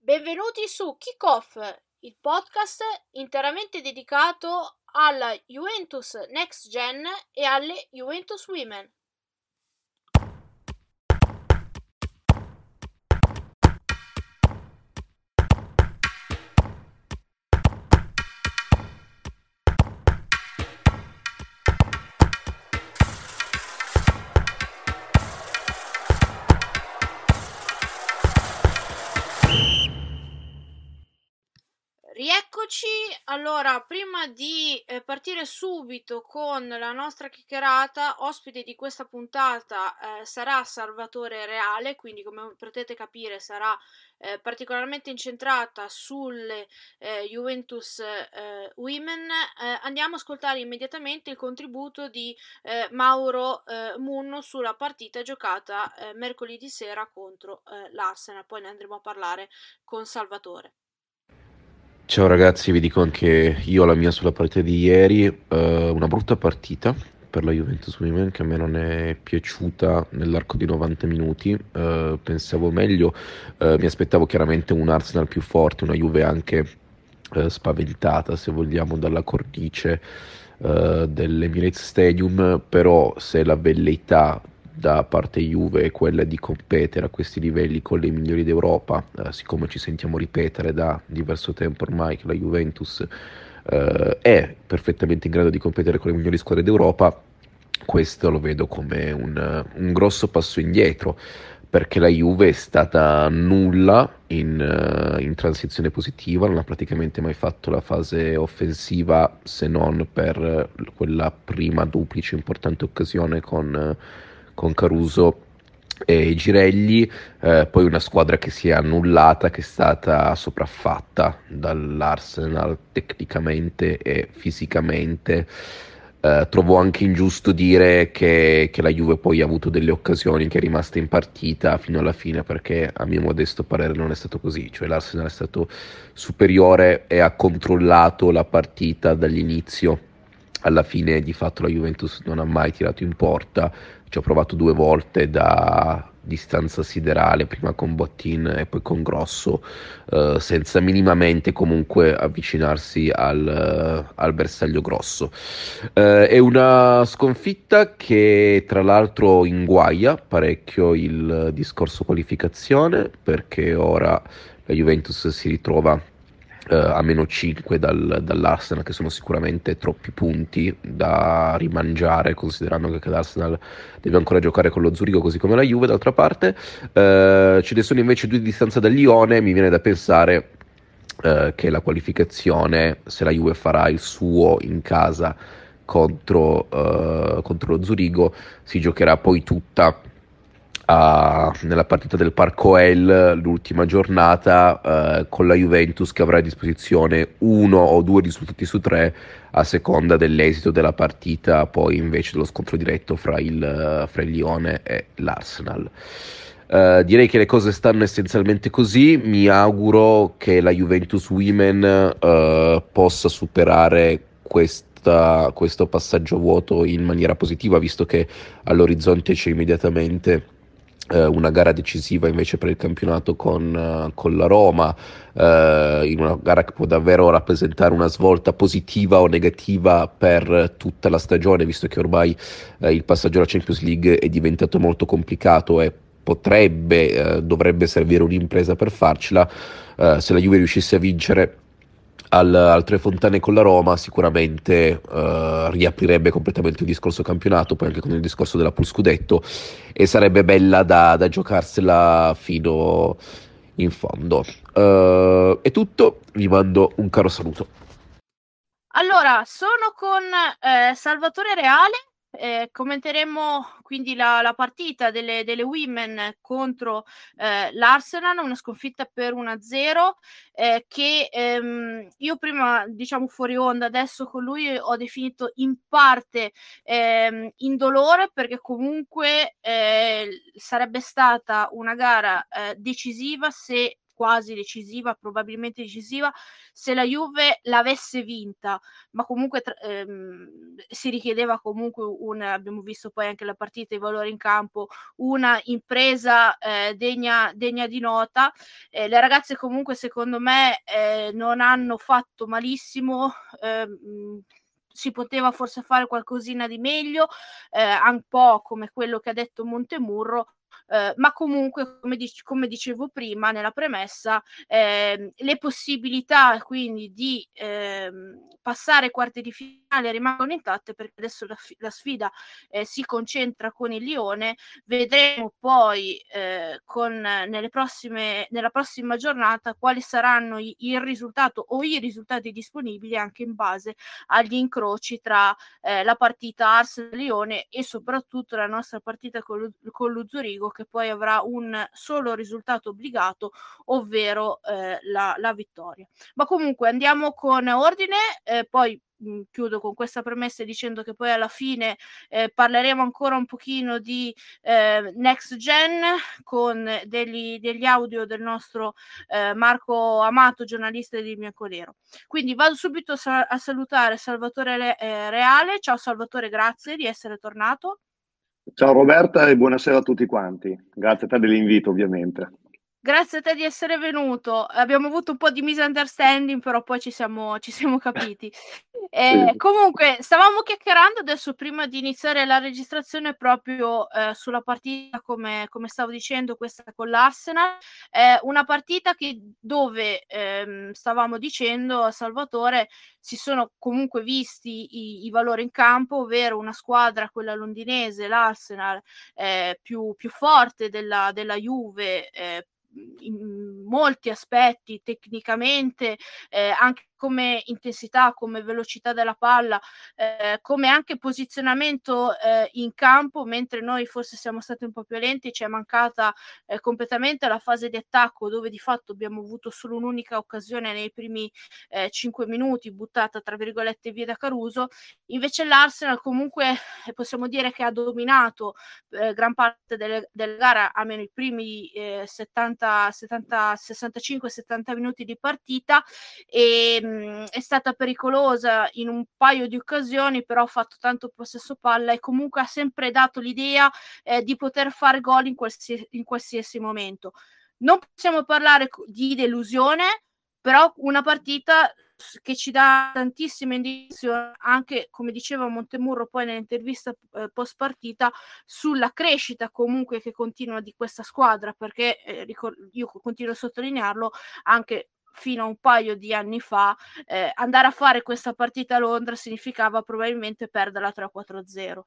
Benvenuti su Kickoff, il podcast interamente dedicato alla Juventus Next Gen e alle Juventus Women. Rieccoci, allora prima di partire subito con la nostra chiacchierata, ospite di questa puntata sarà Salvatore Reale, quindi come potete capire sarà particolarmente incentrata sulle Juventus Women. Andiamo a ascoltare immediatamente il contributo di Mauro Munno sulla partita giocata mercoledì sera contro l'Arsenal, poi ne andremo a parlare con Salvatore. Ciao ragazzi, vi dico anche io la mia sulla partita di ieri, una brutta partita per la Juventus Women che a me non è piaciuta nell'arco di 90 minuti, pensavo meglio, mi aspettavo chiaramente un Arsenal più forte, una Juve anche spaventata se vogliamo dalla cornice dell'Emirates Stadium, però se la velleità da parte Juve è quella di competere a questi livelli con le migliori d'Europa, siccome ci sentiamo ripetere da diverso tempo ormai che la Juventus è perfettamente in grado di competere con le migliori squadre d'Europa, questo lo vedo come un grosso passo indietro, perché la Juve è stata nulla in transizione positiva, non ha praticamente mai fatto la fase offensiva se non per quella prima duplice importante occasione con Caruso e Girelli, poi una squadra che si è annullata, che è stata sopraffatta dall'Arsenal tecnicamente e fisicamente. Trovo anche ingiusto dire che la Juve poi ha avuto delle occasioni, che è rimasta in partita fino alla fine, perché a mio modesto parere non è stato così, cioè l'Arsenal è stato superiore e ha controllato la partita dall'inizio alla fine. Di fatto la Juventus non ha mai tirato in porta, ci ho provato due volte da distanza siderale, prima con Bottin e poi con Grosso, senza minimamente comunque avvicinarsi al bersaglio grosso. È una sconfitta che tra l'altro inguaia parecchio il discorso qualificazione, perché ora la Juventus si ritrova a meno 5 dall'Arsenal, che sono sicuramente troppi punti da rimangiare, considerando che l'Arsenal deve ancora giocare con lo Zurigo così come la Juve. D'altra parte ce ne sono invece due di distanza dal Lione. Mi viene da pensare che la qualificazione, se la Juve farà il suo in casa contro lo Zurigo, si giocherà poi tutta nella partita del Parco El, l'ultima giornata, con la Juventus che avrà a disposizione uno o due risultati su tre a seconda dell'esito della partita, poi invece dello scontro diretto fra il Lione e l'Arsenal. Direi che le cose stanno essenzialmente così. Mi auguro che la Juventus Women possa superare questo passaggio vuoto in maniera positiva, visto che all'orizzonte c'è immediatamente una gara decisiva invece per il campionato con la Roma, in una gara che può davvero rappresentare una svolta positiva o negativa per tutta la stagione, visto che ormai il passaggio alla Champions League è diventato molto complicato e dovrebbe servire un'impresa per farcela. Se la Juve riuscisse a vincere al Tre Fontane con la Roma, sicuramente riaprirebbe completamente il discorso campionato, poi anche con il discorso della Pool Scudetto, e sarebbe bella da giocarsela fino in fondo. È tutto, vi mando un caro saluto. Allora, sono con Salvatore Reale, commenteremo quindi la partita delle Women contro l'Arsenal, una sconfitta per 1-0 che io prima, diciamo fuori onda, adesso con lui ho definito in parte indolore, perché comunque sarebbe stata una gara decisiva se quasi decisiva, probabilmente decisiva, se la Juve l'avesse vinta, ma comunque si richiedeva comunque abbiamo visto poi anche la partita, i valori in campo, una impresa degna di nota. Le ragazze comunque secondo me non hanno fatto malissimo, si poteva forse fare qualcosina di meglio, un po' come quello che ha detto Montemurro, ma comunque come dicevo prima nella premessa, le possibilità quindi di passare ai quarti di finale rimangono intatte, perché adesso la sfida si concentra con il Lione. Vedremo poi nella prossima giornata quali saranno il risultato o i risultati disponibili, anche in base agli incroci tra la partita Arsenal-Lione e soprattutto la nostra partita con lo Zurigo, che poi avrà un solo risultato obbligato, ovvero la vittoria. Ma comunque andiamo con ordine, poi chiudo con questa premessa dicendo che poi alla fine parleremo ancora un pochino di Next Gen con degli audio del nostro Marco Amato, giornalista di Bianconero. Quindi vado subito a salutare Salvatore Reale. Ciao Salvatore, grazie di essere tornato. Ciao Roberta e buonasera a tutti quanti. Grazie a te dell'invito, ovviamente. Grazie a te di essere venuto. Abbiamo avuto un po' di misunderstanding, però poi ci siamo capiti. Sì. Comunque, stavamo chiacchierando adesso prima di iniziare la registrazione proprio sulla partita, come stavo dicendo, questa con l'Arsenal. Una partita dove stavamo dicendo a Salvatore, si sono comunque visti i valori in campo, ovvero una squadra, quella londinese, l'Arsenal, più forte della Juve, in molti aspetti, tecnicamente, anche come intensità, come velocità della palla, come anche posizionamento in campo, mentre noi forse siamo stati un po' più lenti, ci è mancata completamente la fase di attacco, dove di fatto abbiamo avuto solo un'unica occasione nei primi 5 minuti, buttata tra virgolette via da Caruso. Invece l'Arsenal comunque possiamo dire che ha dominato gran parte delle gare, almeno i primi 65-70 minuti di partita, e è stata pericolosa in un paio di occasioni, però ha fatto tanto possesso palla e comunque ha sempre dato l'idea di poter fare gol in qualsiasi momento. Non possiamo parlare di delusione, però una partita che ci dà tantissime indicazioni, anche come diceva Montemurro poi nell'intervista post partita, sulla crescita comunque che continua di questa squadra, perché io continuo a sottolinearlo, anche fino a un paio di anni fa andare a fare questa partita a Londra significava probabilmente perderla 3-4-0.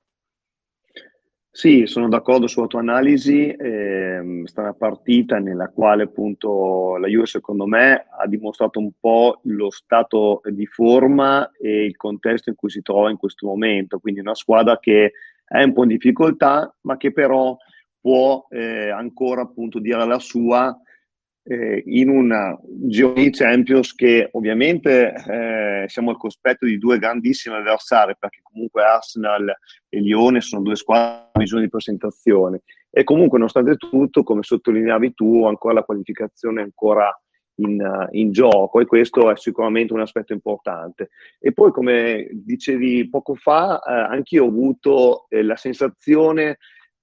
Sì, sono d'accordo sulla tua analisi. È stata una partita nella quale appunto la Juve, secondo me, ha dimostrato un po' lo stato di forma e il contesto in cui si trova in questo momento. Quindi una squadra che è un po' in difficoltà, ma che però può ancora appunto dire la sua in un giro di Champions che ovviamente siamo al cospetto di due grandissimi avversari, perché comunque Arsenal e Lione sono due squadre che hanno bisogno di presentazione, e comunque nonostante tutto, come sottolineavi tu, ancora la qualificazione è ancora in gioco, e questo è sicuramente un aspetto importante. E poi, come dicevi poco fa, anch'io ho avuto la sensazione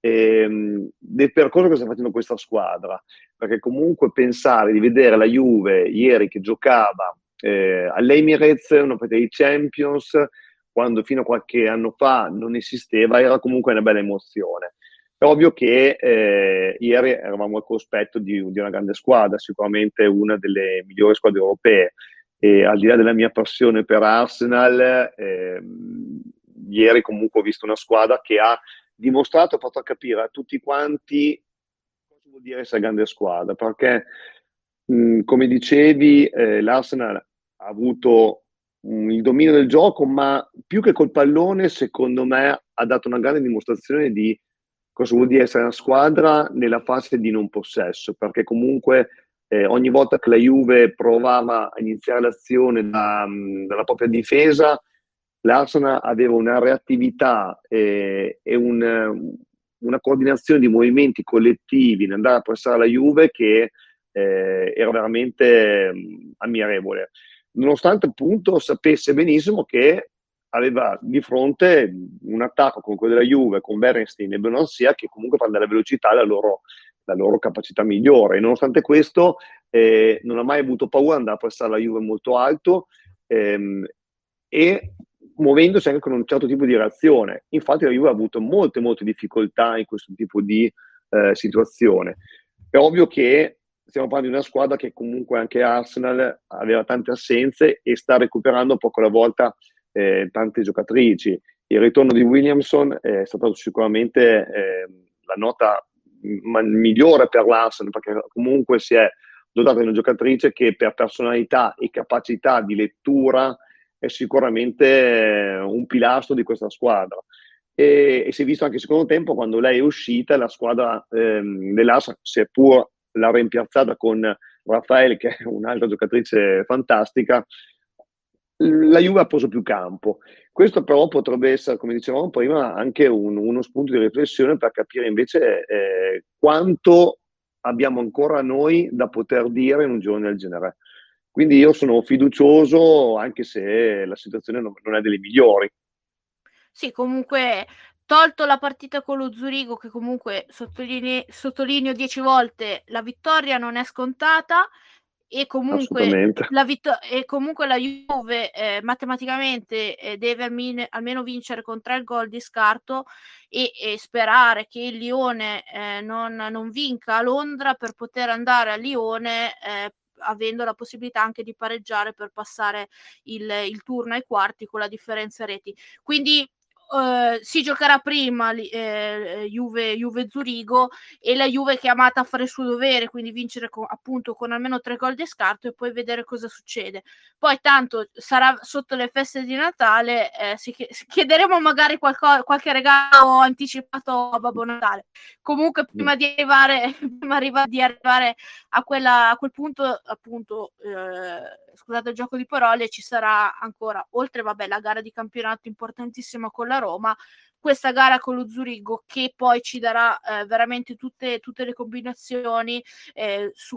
del percorso che sta facendo questa squadra, perché comunque pensare di vedere la Juve ieri che giocava all'Emirates, una partita di Champions, quando fino a qualche anno fa non esisteva, era comunque una bella emozione. È ovvio che ieri eravamo al cospetto di una grande squadra, sicuramente una delle migliori squadre europee, e al di là della mia passione per Arsenal, ieri comunque ho visto una squadra che ha dimostrato, ha fatto capire a tutti quanti cosa vuol dire essere grande squadra, perché come dicevi l'Arsenal ha avuto il dominio del gioco, ma più che col pallone secondo me ha dato una grande dimostrazione di cosa vuol dire essere una squadra nella fase di non possesso, perché comunque ogni volta che la Juve provava a iniziare l'azione dalla propria difesa, l'Arsenal aveva una reattività e una coordinazione di movimenti collettivi nell'andare a pressare la Juve che era veramente ammirevole, nonostante appunto sapesse benissimo che aveva di fronte un attacco come quello della Juve con Berenstein e Benassia, che comunque fanno della velocità la loro capacità migliore, e nonostante questo non ha mai avuto paura di andare a pressare la Juve molto alto, e muovendosi anche con un certo tipo di reazione. Infatti la Juve ha avuto molte difficoltà in questo tipo di situazione. È ovvio che stiamo parlando di una squadra che comunque anche Arsenal aveva tante assenze e sta recuperando poco alla volta tante giocatrici. Il ritorno di Williamson è stato sicuramente la nota migliore per l'Arsenal, perché comunque si è dotata di una giocatrice che per personalità e capacità di lettura è sicuramente un pilastro di questa squadra. E si è visto anche il secondo tempo, quando lei è uscita, la squadra dell'Arsenal, seppur l'ha rimpiazzata con Raffaele, che è un'altra giocatrice fantastica, la Juve ha preso più campo. Questo però potrebbe essere, come dicevamo prima, anche uno spunto di riflessione per capire invece quanto abbiamo ancora noi da poter dire in un giorno del genere. Quindi io sono fiducioso, anche se la situazione non è delle migliori. Sì, comunque, tolto la partita con lo Zurigo, che comunque sottolineo 10 volte, la vittoria non è scontata, e comunque la Juve matematicamente deve almeno vincere con 3 gol di scarto, e sperare che il Lione non vinca a Londra per poter andare a Lione avendo la possibilità anche di pareggiare per passare il turno ai quarti con la differenza reti. Quindi si giocherà prima Juve Zurigo, e la Juve è chiamata a fare il suo dovere, quindi vincere appunto con almeno 3 gol di scarto, e poi vedere cosa succede. Poi tanto sarà sotto le feste di Natale, chiederemo magari qualche regalo anticipato a Babbo Natale. Comunque prima di arrivare a quel punto, appunto, scusate il gioco di parole, ci sarà ancora, oltre la gara di campionato importantissima con la Roma, questa gara con lo Zurigo, che poi ci darà veramente tutte le combinazioni su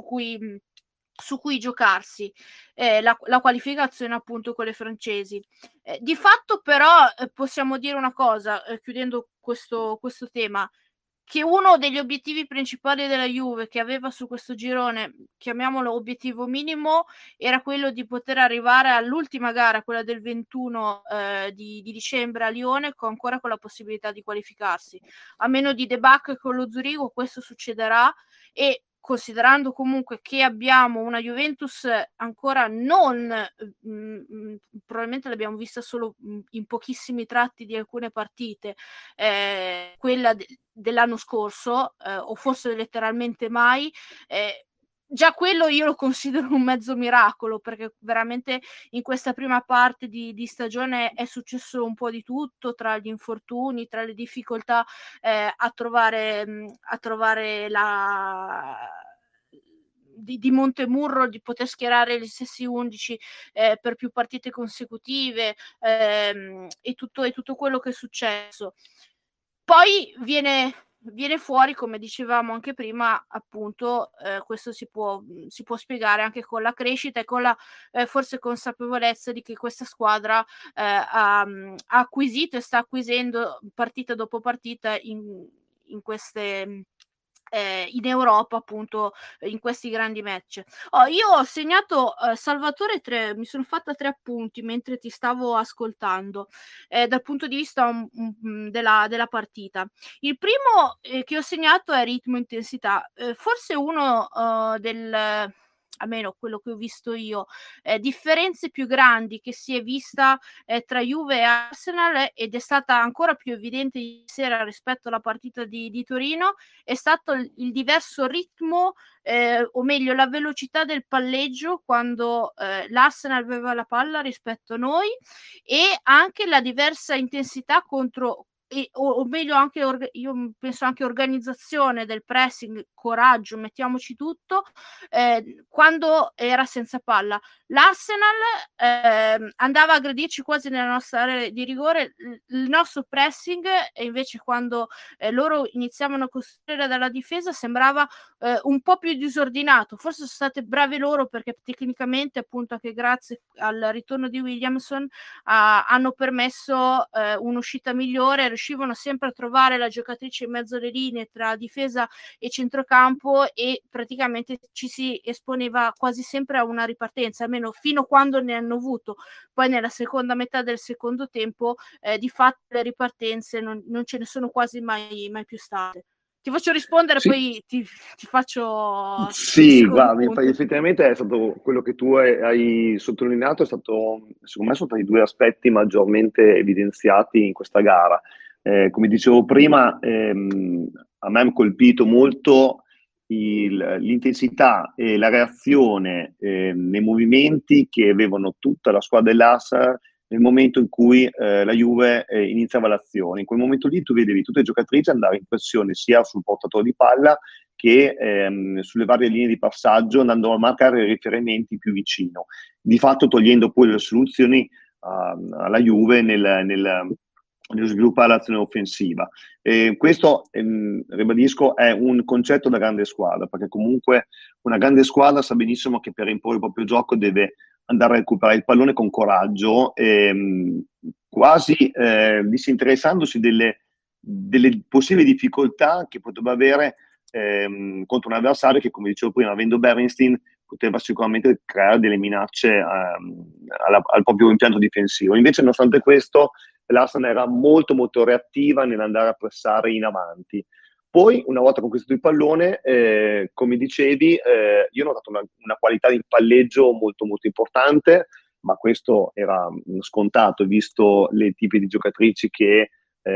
cui giocarsi la qualificazione appunto con le francesi. Di fatto però possiamo dire una cosa, chiudendo questo tema, che uno degli obiettivi principali della Juve che aveva su questo girone, chiamiamolo obiettivo minimo, era quello di poter arrivare all'ultima gara, quella del 21 di dicembre a Lione, ancora con la possibilità di qualificarsi. A meno di debacle con lo Zurigo questo succederà, e considerando comunque che abbiamo una Juventus ancora non probabilmente l'abbiamo vista solo in pochissimi tratti di alcune partite, quella dell'anno scorso, o forse letteralmente mai, già quello io lo considero un mezzo miracolo, perché veramente in questa prima parte di stagione è successo un po' di tutto, tra gli infortuni, tra le difficoltà a trovare di Montemurro, di poter schierare gli stessi 11 per più partite consecutive, e tutto quello che è successo. Poi viene fuori, come dicevamo anche prima, appunto, questo si può spiegare anche con la crescita e con la forse consapevolezza di che questa squadra ha acquisito e sta acquisendo partita dopo partita in queste in Europa, appunto, in questi grandi match. Io ho segnato, Salvatore, mi sono fatta 3 appunti mentre ti stavo ascoltando, dal punto di vista della partita. Il primo che ho segnato è ritmo e intensità. Forse uno almeno quello che ho visto io, differenze più grandi che si è vista tra Juve e Arsenal, ed è stata ancora più evidente ieri sera rispetto alla partita di Torino, è stato il diverso ritmo, o meglio la velocità del palleggio quando l'Arsenal aveva la palla rispetto a noi, e anche la diversa intensità contro, o meglio anche io penso anche organizzazione del pressing, coraggio, mettiamoci tutto, quando era senza palla. L'Arsenal andava a aggredirci quasi nella nostra area di rigore, il nostro pressing, e invece quando loro iniziavano a costruire dalla difesa sembrava un po' più disordinato. Forse sono state brave loro perché tecnicamente, appunto, anche grazie al ritorno di Williamson hanno permesso un'uscita migliore, riuscivano sempre a trovare la giocatrice in mezzo alle linee tra difesa e centrocampo, e praticamente ci si esponeva quasi sempre a una ripartenza, almeno fino a quando ne hanno avuto. Poi nella seconda metà del secondo tempo di fatto le ripartenze non ce ne sono quasi mai più state. Ti faccio rispondere, Sì. poi ti faccio Sì, guarda, effettivamente è stato quello che tu hai sottolineato, è stato, secondo me, sono stati due aspetti maggiormente evidenziati in questa gara. Come dicevo prima, a me ha colpito molto l'intensità e la reazione nei movimenti che avevano tutta la squadra dell'Arsenal nel momento in cui la Juve iniziava l'azione. In quel momento lì tu vedevi tutte le giocatrici andare in pressione sia sul portatore di palla che sulle varie linee di passaggio, andando a marcare i riferimenti più vicino, di fatto togliendo poi le soluzioni alla Juve nello sviluppare l'azione offensiva. Questo, ribadisco, è un concetto da grande squadra, perché comunque una grande squadra sa benissimo che per imporre il proprio gioco deve andare a recuperare il pallone con coraggio, quasi disinteressandosi delle possibili difficoltà che potrebbe avere contro un avversario che, come dicevo prima, avendo Bernstein, poteva sicuramente creare delle minacce al proprio impianto difensivo. Invece, nonostante questo, l'Arsenal era molto molto reattiva nell'andare a pressare in avanti. Poi, una volta conquistato il pallone, come dicevi, io ho notato una qualità di palleggio molto molto importante, ma questo era scontato, visto le tipi di giocatrici che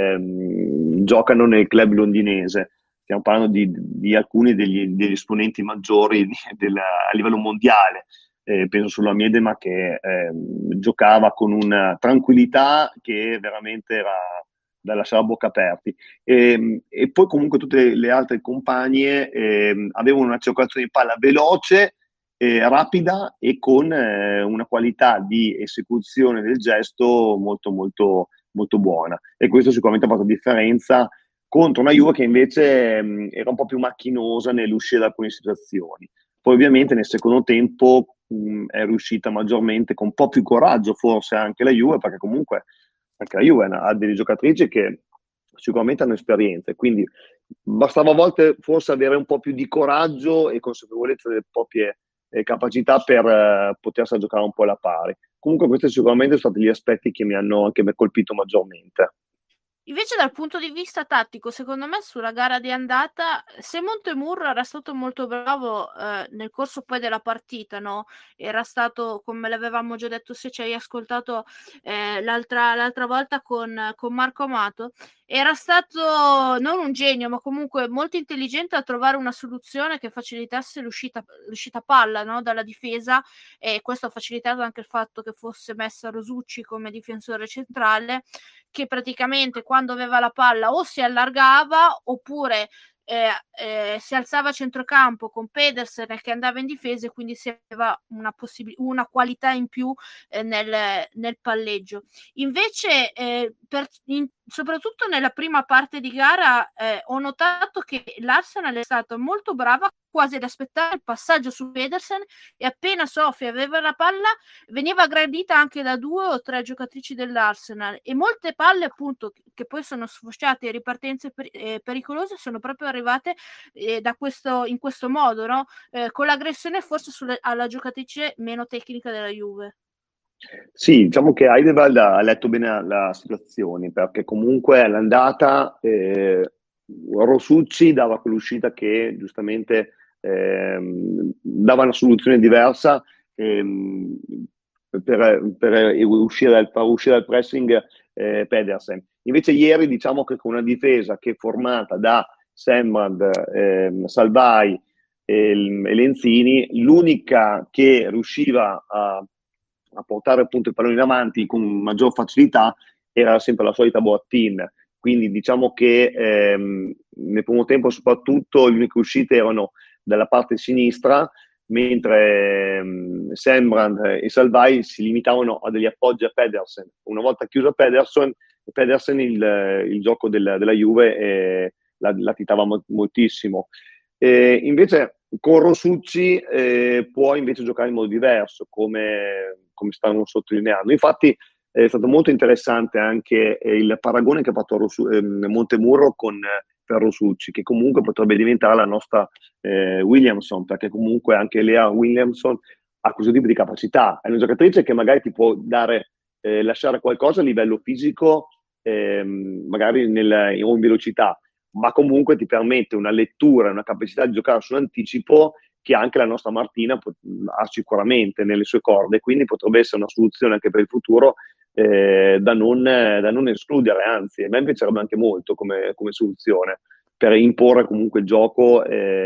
giocano nel club londinese. Stiamo parlando di alcuni degli esponenti maggiori a livello mondiale. Penso solo a Miedema, che giocava con una tranquillità che veramente era da lasciare a bocca aperti. E poi comunque tutte le altre compagne avevano una circolazione di palla veloce, rapida e con una qualità di esecuzione del gesto molto molto molto buona, e questo sicuramente ha fatto differenza contro una Juve che invece era un po' più macchinosa nell'uscire da alcune situazioni. Poi ovviamente nel secondo tempo è riuscita maggiormente, con un po' più coraggio forse anche la Juve, perché la Juve ha delle giocatrici che sicuramente hanno esperienza, quindi bastava a volte forse avere un po' più di coraggio e consapevolezza delle proprie capacità per potersi giocare un po' alla pari. Comunque questi sicuramente sono stati gli aspetti che mi hanno anche me colpito maggiormente. Invece dal punto di vista tattico, secondo me sulla gara di andata, se Montemurro era stato molto bravo nel corso poi della partita, no? Era stato, come l'avevamo già detto, se ci hai ascoltato l'altra volta con Marco Amato, era stato non un genio, ma comunque molto intelligente a trovare una soluzione che facilitasse l'uscita palla, no? Dalla difesa, e questo ha facilitato anche il fatto che fosse messa Rosucci come difensore centrale, che praticamente quando aveva la palla o si allargava oppure si alzava a centrocampo con Pedersen che andava in difesa, e quindi si aveva una qualità in più nel palleggio. Invece soprattutto nella prima parte di gara ho notato che l'Arsenal è stata molto brava quasi ad aspettare il passaggio su Pedersen, e appena Sofia aveva la palla veniva aggredita anche da 2 o 3 giocatrici dell'Arsenal, e molte palle appunto che poi sono sfociate in ripartenze pericolose sono proprio arrivate in questo modo, no? Con l'aggressione forse alla giocatrice meno tecnica della Juve. Sì, diciamo che Heideveld ha letto bene la situazione, perché comunque all'andata Rosucci dava quell'uscita che giustamente dava una soluzione diversa per far uscire dal pressing Pedersen. Invece ieri diciamo che con una difesa che è formata da Semmad, Salvai e Lenzini, l'unica che riusciva a portare appunto il pallone in avanti con maggior facilità era sempre la solita Boattin. Quindi diciamo che nel primo tempo soprattutto le uniche uscite erano dalla parte sinistra, mentre Sembrant e Salvai si limitavano a degli appoggi a Pedersen. Una volta chiuso Pedersen il gioco della Juve la titava moltissimo. Invece con Rosucci può invece giocare in modo diverso, come stanno sottolineando. Infatti è stato molto interessante anche il paragone che ha fatto Montemurro per Rosucci, che comunque potrebbe diventare la nostra Williamson, perché comunque anche Lea Williamson ha questo tipo di capacità. È una giocatrice che magari ti può lasciare qualcosa a livello fisico, magari o in velocità, ma comunque ti permette una lettura, una capacità di giocare sull'anticipo che anche la nostra Martina ha sicuramente nelle sue corde, quindi potrebbe essere una soluzione anche per il futuro da non escludere, anzi a me piacerebbe anche molto come soluzione per imporre comunque il gioco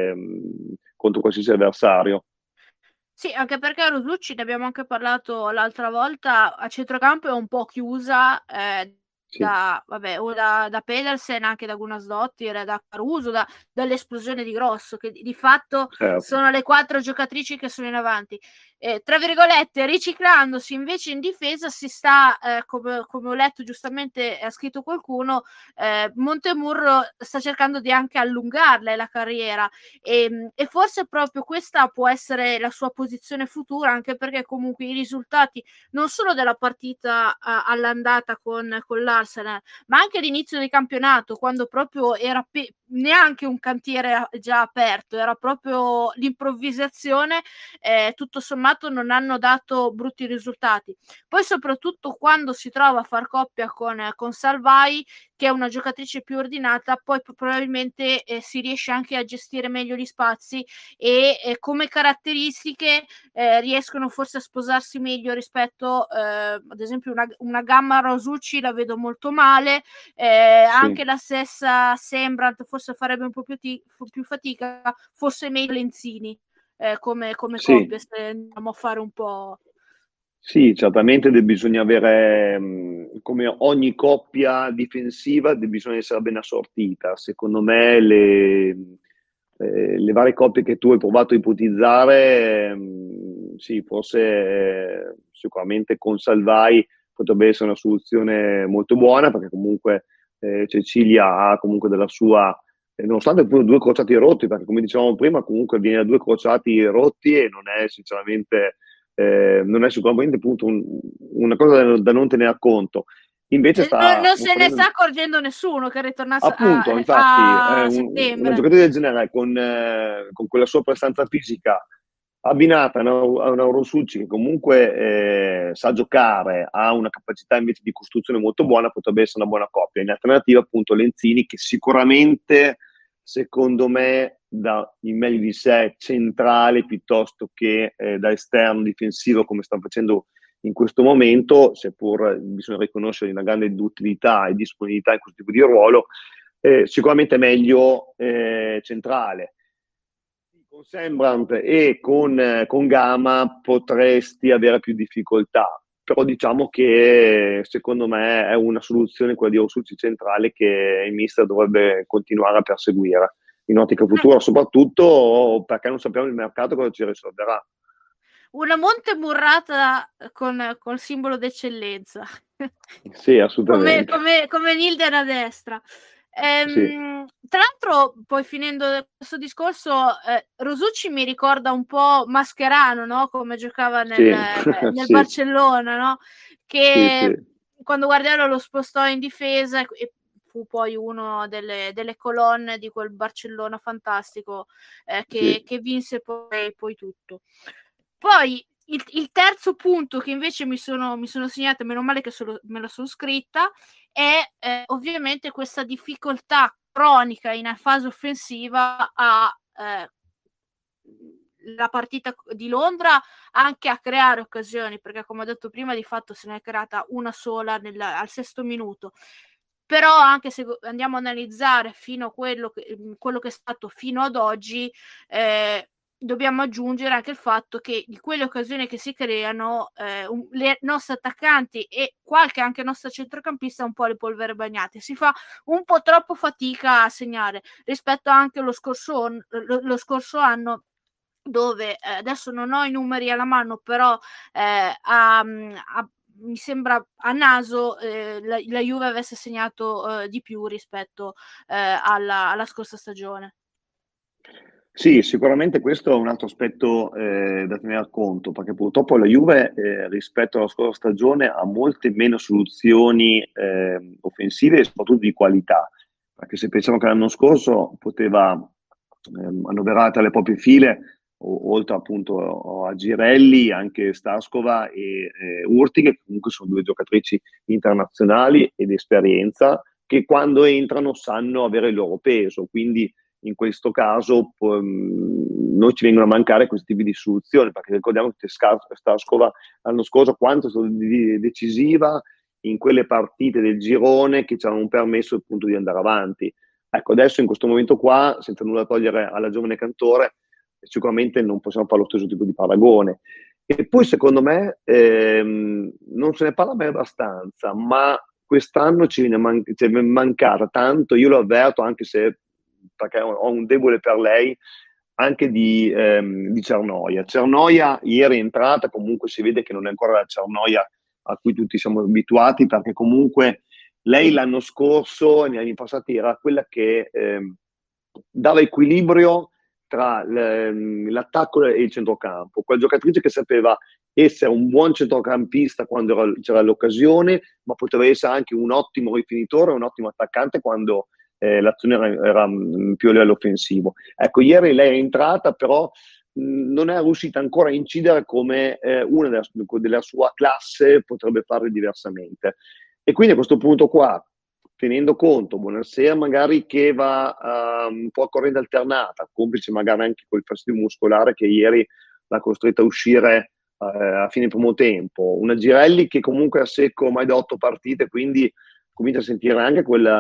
contro qualsiasi avversario. Sì, anche perché Rosucci, ne abbiamo anche parlato l'altra volta, a centrocampo è un po' chiusa Sì. o da Pedersen, anche da Gunnarsdottir, da Caruso, dall'esplosione di Grosso, che di fatto sono le 4 giocatrici che sono in avanti. Tra virgolette, riciclandosi invece in difesa si sta, come ho letto giustamente, ha scritto qualcuno, Montemurro sta cercando di anche allungarle la carriera e forse proprio questa può essere la sua posizione futura, anche perché comunque i risultati non solo della partita all'andata con l'Arsenal, ma anche all'inizio del campionato, quando proprio era neanche un cantiere già aperto, era proprio l'improvvisazione, tutto sommato non hanno dato brutti risultati. Poi soprattutto quando si trova a far coppia con Salvai, che è una giocatrice più ordinata, poi probabilmente si riesce anche a gestire meglio gli spazi e come caratteristiche riescono forse a sposarsi meglio rispetto ad esempio una Gamma Rosucci la vedo molto male, sì. Anche la stessa Sembrant forse farebbe un po' più fatica, forse meglio Lenzini come Sì. coppia, se andiamo a fare un po'. Sì, certamente bisogna avere, come ogni coppia difensiva, bisogna essere ben assortita. Secondo me le varie coppie che tu hai provato a ipotizzare, sì, forse sicuramente con Salvai potrebbe essere una soluzione molto buona, perché comunque Cecilia ha comunque della sua, nonostante pure 2 crociati rotti, perché come dicevamo prima comunque viene da 2 crociati rotti e non è sinceramente non è sicuramente appunto una cosa da non tenere conto. Invece non se ne sta accorgendo nessuno che ritornasse appunto, infatti, a una settembre. giocatrice del genere con quella sua prestanza fisica abbinata a una Rosucci che comunque sa giocare, ha una capacità invece di costruzione molto buona, potrebbe essere una buona coppia. In alternativa appunto Lenzini, che sicuramente secondo me dà il meglio di sé centrale piuttosto che da esterno difensivo, come sta facendo in questo momento, seppur bisogna riconoscere una grande utilità e disponibilità in questo tipo di ruolo, sicuramente meglio centrale. Con Sembrant e con Gama potresti avere più difficoltà, però diciamo che secondo me è una soluzione quella di Rosucci centrale che il mister dovrebbe continuare a perseguire in ottica futura, soprattutto perché non sappiamo il mercato cosa ci risolverà. Una montemurrata col simbolo d'eccellenza. Sì, assolutamente. come Nilden a destra. Sì. Tra l'altro, poi finendo questo discorso, Rosucci mi ricorda un po' Mascherano, no? Come giocava nel Sì. Barcellona, no? Che sì. quando Guardiola lo spostò in difesa e fu poi uno delle colonne di quel Barcellona fantastico che vinse poi tutto. Poi il terzo punto che invece mi sono segnata, meno male che me la sono scritta, è ovviamente questa difficoltà cronica in fase offensiva la partita di Londra anche a creare occasioni, perché come ho detto prima di fatto se ne è creata una sola al 6° minuto. Però anche se andiamo a analizzare fino a quello che è stato fino ad oggi, dobbiamo aggiungere anche il fatto che di quelle occasioni che si creano, le nostre attaccanti e qualche anche nostra centrocampista un po' le polvere bagnate, si fa un po' troppo fatica a segnare rispetto anche lo scorso anno, dove adesso non ho i numeri alla mano, però mi sembra a naso la Juve avesse segnato di più rispetto alla scorsa stagione. Sì, sicuramente questo è un altro aspetto da tenere conto, perché purtroppo la Juve rispetto alla scorsa stagione ha molte meno soluzioni offensive e soprattutto di qualità, perché se pensiamo che l'anno scorso poteva annoverare tra le proprie file, oltre appunto a Girelli, anche Staskova e Urti, che comunque sono due giocatrici internazionali ed esperienza, che quando entrano sanno avere il loro peso, quindi in questo caso noi ci vengono a mancare questi tipi di soluzioni, perché ricordiamo che Staskova l'anno scorso quanto è stata decisiva in quelle partite del girone che ci hanno permesso appunto di andare avanti. Ecco, adesso in questo momento qua, senza nulla togliere alla giovane Cantore, sicuramente non possiamo fare lo stesso tipo di paragone. E poi secondo me non se ne parla mai abbastanza, ma quest'anno ci è mancata tanto, io lo avverto anche se perché ho un debole per lei, anche di Cernoia. Cernoia ieri è entrata, comunque si vede che non è ancora la Cernoia a cui tutti siamo abituati, perché comunque lei l'anno scorso, negli anni passati, era quella che dava equilibrio tra l'attacco e il centrocampo, quella giocatrice che sapeva essere un buon centrocampista quando c'era l'occasione, ma poteva essere anche un ottimo rifinitore, un ottimo attaccante quando l'azione era più a livello offensivo. Ecco, ieri lei è entrata, però non è riuscita ancora a incidere come una della sua classe potrebbe fare diversamente. E quindi a questo punto qua, tenendo conto, buonasera magari che va un po' a corrente alternata, complice magari anche quel fastidio muscolare che ieri l'ha costretta a uscire a fine primo tempo, una Girelli che comunque è a secco ormai da 8 partite, quindi comincia a sentire anche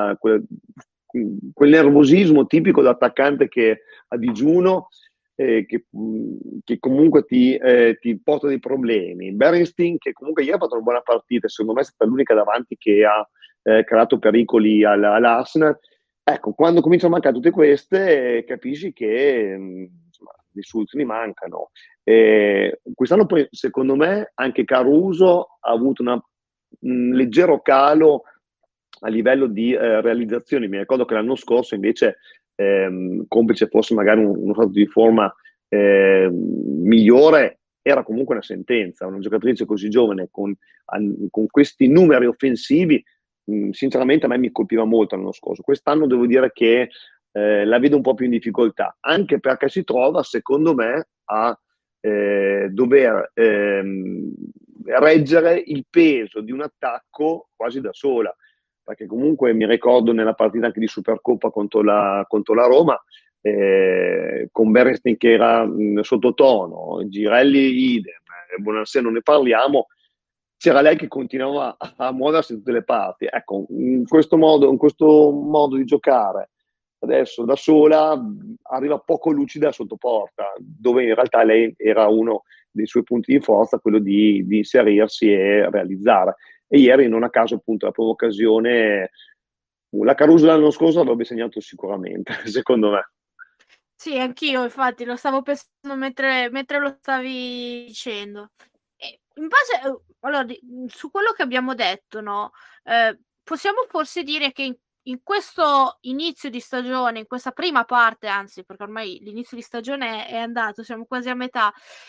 quel nervosismo tipico da attaccante che a digiuno che comunque ti porta dei problemi. Berenstein che comunque ieri ha fatto una buona partita, secondo me è stata l'unica davanti che ha creato pericoli all'Arsenal. Ecco, quando cominciano a mancare tutte queste capisci che insomma, le soluzioni mancano. Quest'anno poi secondo me anche Caruso ha avuto un leggero calo a livello di realizzazioni. Mi ricordo che l'anno scorso invece, complice fosse magari uno stato di forma migliore, era comunque una sentenza. Una giocatrice così giovane con questi numeri offensivi, sinceramente a me mi colpiva molto l'anno scorso. Quest'anno devo dire che la vedo un po' più in difficoltà, anche perché si trova, secondo me, a dover reggere il peso di un attacco quasi da sola, perché comunque mi ricordo nella partita anche di Supercoppa contro la Roma, con Berenstein che era sottotono, Girelli idem, Bonasera non ne parliamo, c'era lei che continuava a muoversi da tutte le parti. Ecco, in questo modo di giocare adesso da sola arriva poco lucida sotto porta, dove in realtà lei era uno dei suoi punti di forza, quello di inserirsi e realizzare. E ieri non a caso appunto la prima occasione la Caruso l'anno scorso avrebbe segnato sicuramente, secondo me. Sì, anch'io infatti lo stavo pensando mentre lo stavi dicendo. E in base, allora, su quello che abbiamo detto, no? Possiamo forse dire che in questo inizio di stagione, in questa prima parte, anzi, perché ormai l'inizio di stagione è andato, siamo quasi a metà,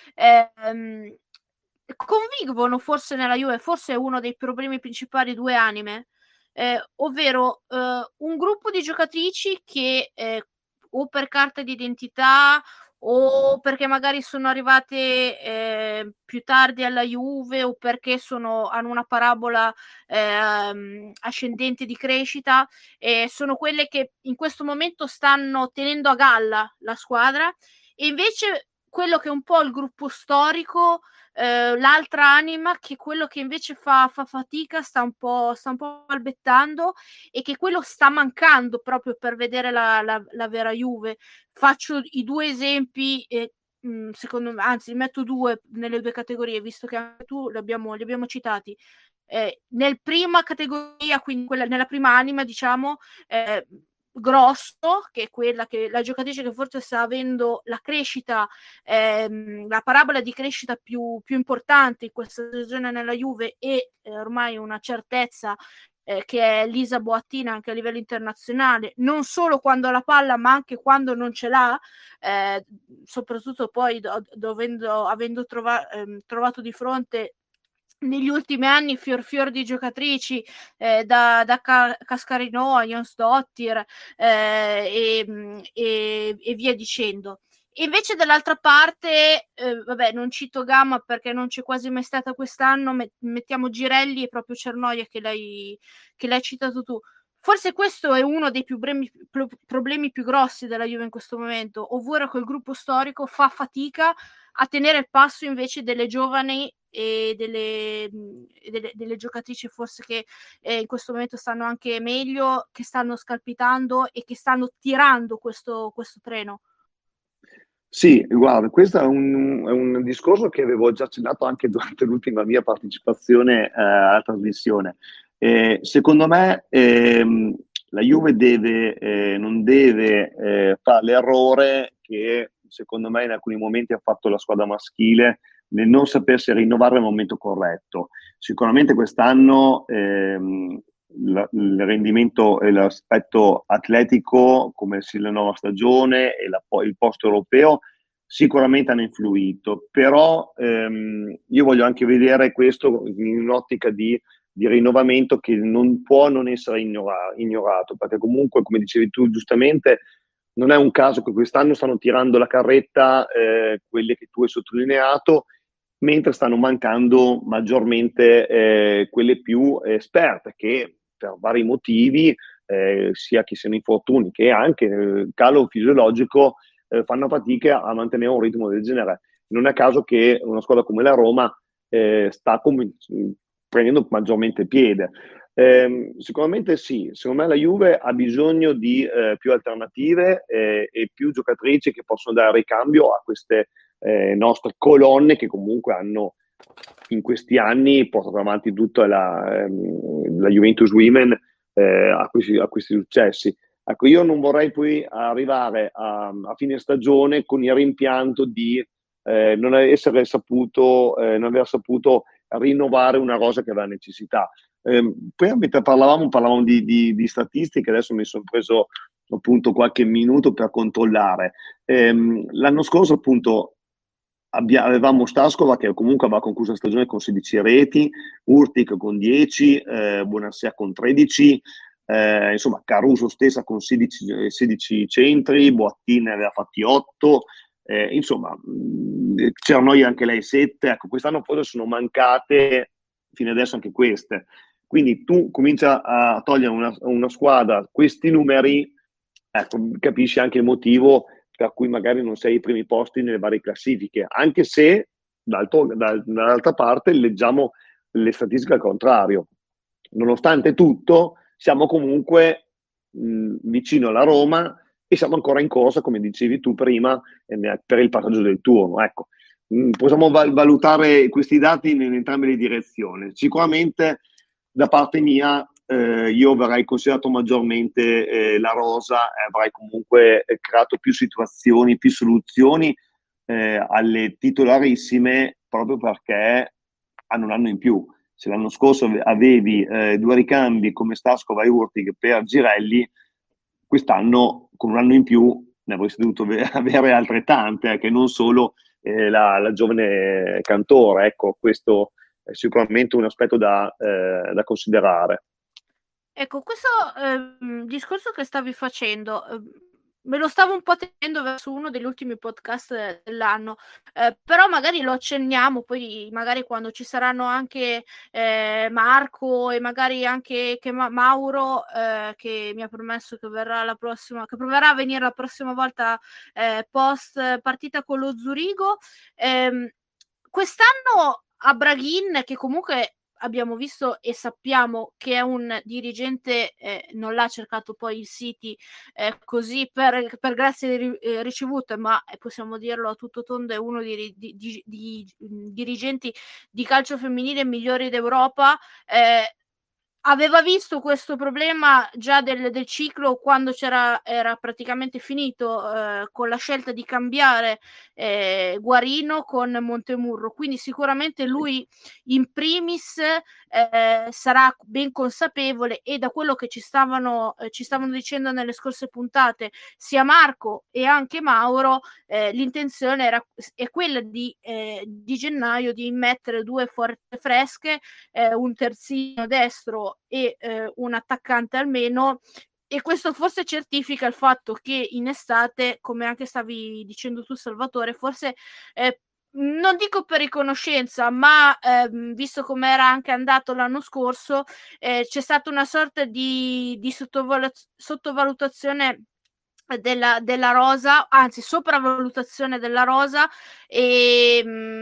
convivono forse nella Juve, forse è uno dei problemi principali, due anime, ovvero un gruppo di giocatrici che o per carta d'identità o perché magari sono arrivate più tardi alla Juve o perché hanno una parabola ascendente di crescita, sono quelle che in questo momento stanno tenendo a galla la squadra, e invece quello che è un po' il gruppo storico, l'altra anima, che quello che invece fa fatica, sta un po' balbettando, e che quello sta mancando proprio per vedere la vera Juve. Faccio i due esempi, secondo me, anzi metto due nelle due categorie, visto che anche tu li abbiamo citati. Nel prima categoria, quindi quella nella prima anima, diciamo, grosso, che è quella che la giocatrice che forse sta avendo la crescita, la parabola di crescita più importante in questa stagione nella Juve, e ormai una certezza, che è Lisa Boattina anche a livello internazionale, non solo quando ha la palla ma anche quando non ce l'ha, soprattutto poi avendo trovato di fronte negli ultimi anni fior di giocatrici, da Cascarino a Jonsdottir, e via dicendo. Invece dall'altra parte, vabbè, non cito Gamma perché non c'è quasi mai stata quest'anno, mettiamo Girelli e proprio Cernoia che l'hai citato tu. Forse questo è uno dei problemi più grossi della Juve in questo momento, ovvero che il gruppo storico fa fatica a tenere il passo invece delle giovani e delle giocatrici forse che in questo momento stanno anche meglio, che stanno scalpitando e che stanno tirando questo treno. Sì, guarda, questo è un discorso che avevo già accennato anche durante l'ultima mia partecipazione alla trasmissione. Secondo me la Juve non deve fare l'errore che secondo me in alcuni momenti ha fatto la squadra maschile nel non sapersi rinnovare al momento corretto. Sicuramente quest'anno il rendimento e l'aspetto atletico, come sia la nuova stagione e il post europeo, sicuramente hanno influito, però io voglio anche vedere questo in un'ottica di rinnovamento che non può non essere ignorato, perché comunque, come dicevi tu giustamente, non è un caso che quest'anno stanno tirando la carretta quelle che tu hai sottolineato, mentre stanno mancando maggiormente quelle più esperte che per vari motivi, sia che siano infortuni che anche calo fisiologico, fanno fatica a mantenere un ritmo del genere. Non è a caso che una squadra come la Roma sta prendendo maggiormente piede. Sicuramente sì, secondo me la Juve ha bisogno di più alternative e più giocatrici che possono dare ricambio a queste nostre colonne che comunque hanno in questi anni portato avanti tutta la Juventus Women a questi successi. Ecco, io non vorrei poi arrivare a fine stagione con il rimpianto di non aver saputo rinnovare una rosa che aveva necessità. Poi mentre parlavamo di statistiche, adesso mi sono preso appunto qualche minuto per controllare. L'anno scorso appunto avevamo Staskova che comunque aveva concluso la stagione con 16 reti, Urtic con 10, Buonasera con 13, insomma Caruso stessa con 16 centri, Boattin aveva fatti 8, insomma Cernoia anche lei 7, ecco quest'anno forse sono mancate fino adesso anche queste, quindi tu comincia a togliere una squadra questi numeri, ecco, capisci anche il motivo per cui magari non sei ai primi posti nelle varie classifiche, anche se dall'altra parte leggiamo le statistiche al contrario. Nonostante tutto, siamo comunque vicino alla Roma e siamo ancora in corsa, come dicevi tu prima, per il passaggio del turno. Ecco, possiamo valutare questi dati in entrambe le direzioni. Sicuramente da parte mia io avrei considerato maggiormente la rosa e avrei comunque creato più situazioni, più soluzioni alle titolarissime proprio perché hanno un anno in più. Se l'anno scorso avevi due ricambi come Staskova e Urtig per Girelli, quest'anno con un anno in più ne avresti dovuto avere altrettante, che non solo la giovane Cantore. Ecco, questo è sicuramente un aspetto da considerare. Ecco, questo discorso che stavi facendo, me lo stavo un po' tenendo verso uno degli ultimi podcast dell'anno, però magari lo accenniamo, poi magari quando ci saranno anche Marco e magari anche Mauro, che mi ha promesso che proverà a venire la prossima volta post partita con lo Zurigo. Quest'anno a Braghin, che comunque abbiamo visto e sappiamo che è un dirigente, non l'ha cercato poi il City così per grazie ricevute, ma possiamo dirlo a tutto tondo, è uno dei dirigenti di calcio femminile migliori d'Europa. aveva visto questo problema già del ciclo quando era praticamente finito, con la scelta di cambiare Guarino con Montemurro, quindi sicuramente lui in primis sarà ben consapevole, e da quello che ci stavano dicendo nelle scorse puntate sia Marco e anche Mauro, l'intenzione è quella di gennaio di immettere 2 forze fresche, un terzino destro e un attaccante almeno, e questo forse certifica il fatto che in estate, come anche stavi dicendo tu Salvatore, forse non dico per riconoscenza, ma visto come era anche andato l'anno scorso, c'è stata una sorta di sottovalutazione della rosa, anzi sopravvalutazione della rosa, e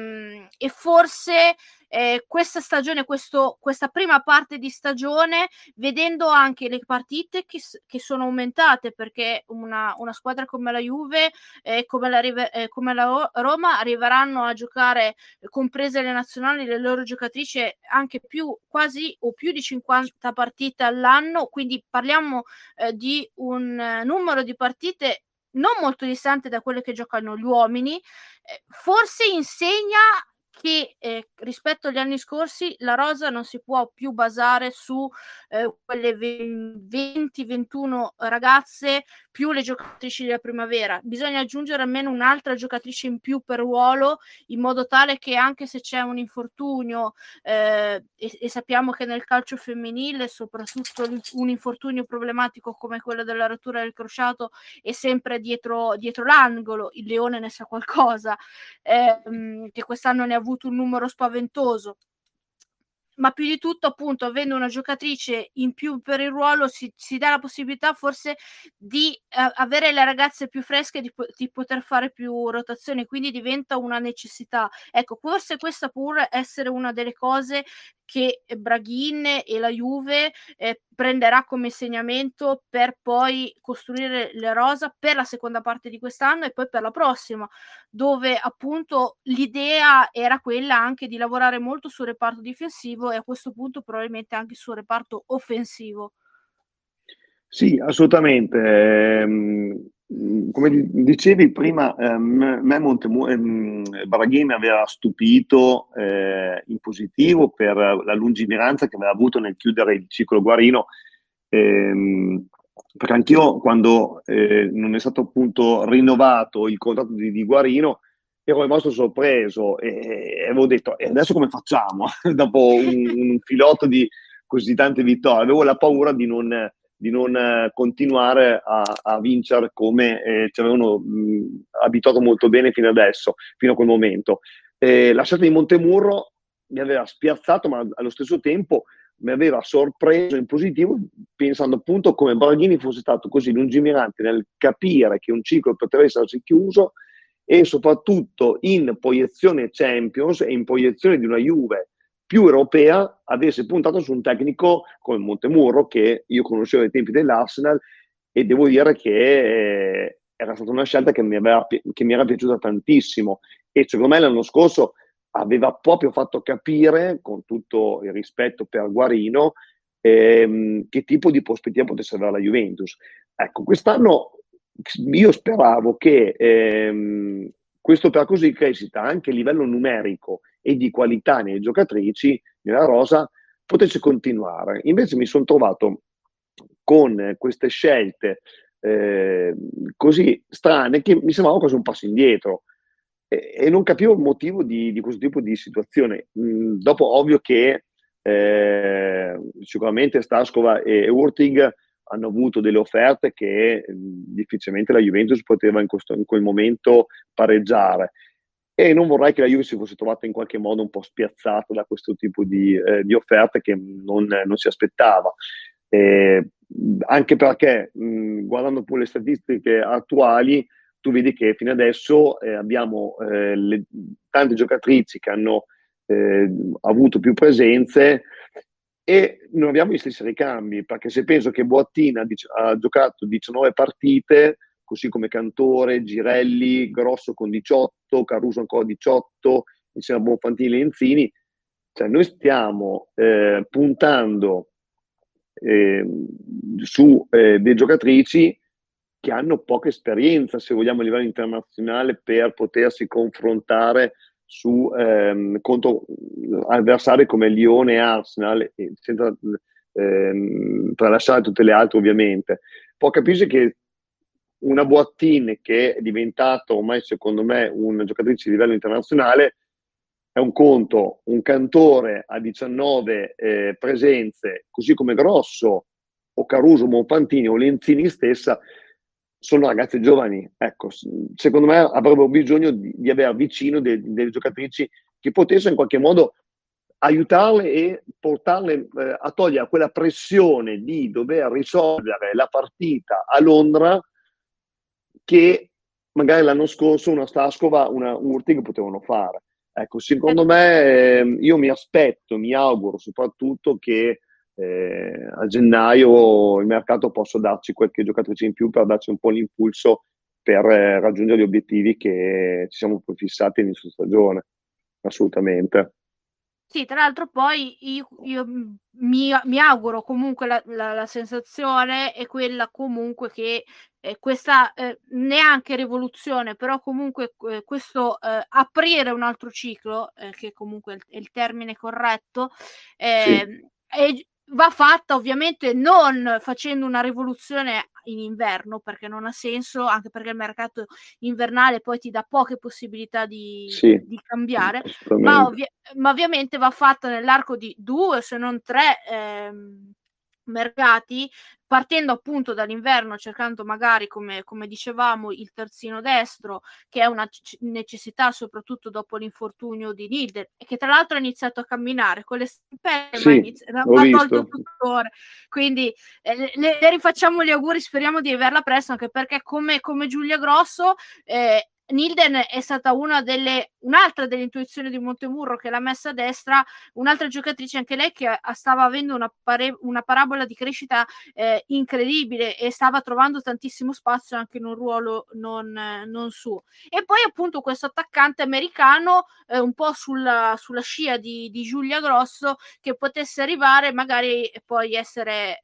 forse questa stagione, questa prima parte di stagione, vedendo anche le partite che sono aumentate, perché una squadra come la Juve come la Roma arriveranno a giocare, comprese le nazionali, le loro giocatrici, anche quasi o più di 50 partite all'anno, quindi parliamo di un numero di partite non molto distante da quelle che giocano gli uomini. Forse insegna che rispetto agli anni scorsi la rosa non si può più basare su quelle 20-21 ragazze più le giocatrici della primavera. Bisogna aggiungere almeno un'altra giocatrice in più per ruolo, in modo tale che anche se c'è un infortunio, e sappiamo che nel calcio femminile soprattutto un infortunio problematico come quello della rottura del crociato è sempre dietro l'angolo, il Leone ne sa qualcosa, che quest'anno ne ha avuto un numero spaventoso. Ma più di tutto, appunto, avendo una giocatrice in più per il ruolo, si dà la possibilità forse di avere le ragazze più fresche, di poter fare più rotazioni, quindi diventa una necessità. Ecco, forse questa pur essere una delle cose che Braghin e la Juve prenderà come insegnamento per poi costruire le rosa per la seconda parte di quest'anno e poi per la prossima, dove appunto l'idea era quella anche di lavorare molto sul reparto difensivo e a questo punto probabilmente anche sul reparto offensivo. Sì, assolutamente. Come dicevi prima, Baraghin mi aveva stupito in positivo per la lungimiranza che aveva avuto nel chiudere il ciclo Guarino, perché anch'io quando non è stato appunto rinnovato il contratto di Guarino ero rimasto sorpreso e avevo detto, e adesso come facciamo? Dopo un filotto di così tante vittorie, avevo la paura di non continuare a vincere come ci avevano abituato molto bene fino adesso, fino a quel momento. La scelta di Montemurro mi aveva spiazzato, ma allo stesso tempo mi aveva sorpreso in positivo, pensando appunto come Braghini fosse stato così lungimirante nel capire che un ciclo poteva essersi chiuso, e soprattutto in proiezione Champions e in proiezione di una Juve più europea avesse puntato su un tecnico come Montemurro, che io conoscevo ai tempi dell'Arsenal, e devo dire che era stata una scelta che mi era piaciuta tantissimo, e secondo me l'anno scorso aveva proprio fatto capire, con tutto il rispetto per Guarino, che tipo di prospettiva potesse avere la Juventus. Ecco, quest'anno io speravo che questo percorso di crescita, anche a livello numerico e di qualità nelle giocatrici, nella rosa, potesse continuare. Invece mi sono trovato con queste scelte così strane che mi sembravano quasi un passo indietro, e non capivo il motivo di questo tipo di situazione. Dopo, ovvio che sicuramente Staskova e Hurtig hanno avuto delle offerte che difficilmente la Juventus poteva in quel momento pareggiare, e non vorrei che la Juve si fosse trovata in qualche modo un po' spiazzata da questo tipo di offerte che non si aspettava. Anche perché guardando pure le statistiche attuali, tu vedi che fino adesso abbiamo tante giocatrici che hanno avuto più presenze, e non abbiamo gli stessi ricambi, perché se penso che Boattina ha giocato 19 partite, così come Cantore, Girelli, Grosso con 18, Caruso ancora 18, insieme a Bonfantini e Lenzini, cioè noi stiamo puntando su delle giocatrici che hanno poca esperienza, se vogliamo, a livello internazionale per potersi confrontare contro avversari come Lione e Arsenal, senza tralasciare tutte le altre ovviamente. Può capirsi che una Boattin, che è diventata ormai secondo me una giocatrice di livello internazionale, è un conto, un Cantore a 19 presenze, così come Grosso o Caruso, Monfantini o Lenzini stessa, sono ragazze giovani. Ecco, secondo me avrebbero bisogno di avere vicino delle giocatrici che potessero in qualche modo aiutarle e portarle a togliere quella pressione di dover risolvere la partita a Londra che magari l'anno scorso una Staskova, una Hurtig potevano fare. Ecco, secondo me io mi aspetto, mi auguro soprattutto che a gennaio il mercato possa darci qualche giocatrice in più per darci un po' l'impulso per raggiungere gli obiettivi che ci siamo prefissati inizio stagione. Assolutamente. Sì, tra l'altro poi io mi auguro comunque la sensazione è quella comunque che questa neanche rivoluzione, però comunque questo aprire un altro ciclo, che comunque è il termine corretto, va fatta ovviamente non facendo una rivoluzione in inverno, perché non ha senso, anche perché il mercato invernale poi ti dà poche possibilità di cambiare, ma ovviamente va fatta nell'arco di 2 se non 3 mercati, partendo appunto dall'inverno, cercando magari come dicevamo il terzino destro, che è una necessità soprattutto dopo l'infortunio di Nilde, e che tra l'altro ha iniziato a camminare con le stampelle, ma ha tolto il tutore, quindi le rifacciamo gli auguri, speriamo di averla presto, anche perché come Giulia Grosso Nilden è stata un'altra delle intuizioni di Montemurro, che l'ha messa a destra, un'altra giocatrice anche lei che stava avendo una parabola di crescita incredibile e stava trovando tantissimo spazio anche in un ruolo non suo. E poi appunto questo attaccante americano un po' sulla scia di Giulia Grosso, che potesse arrivare magari e poi essere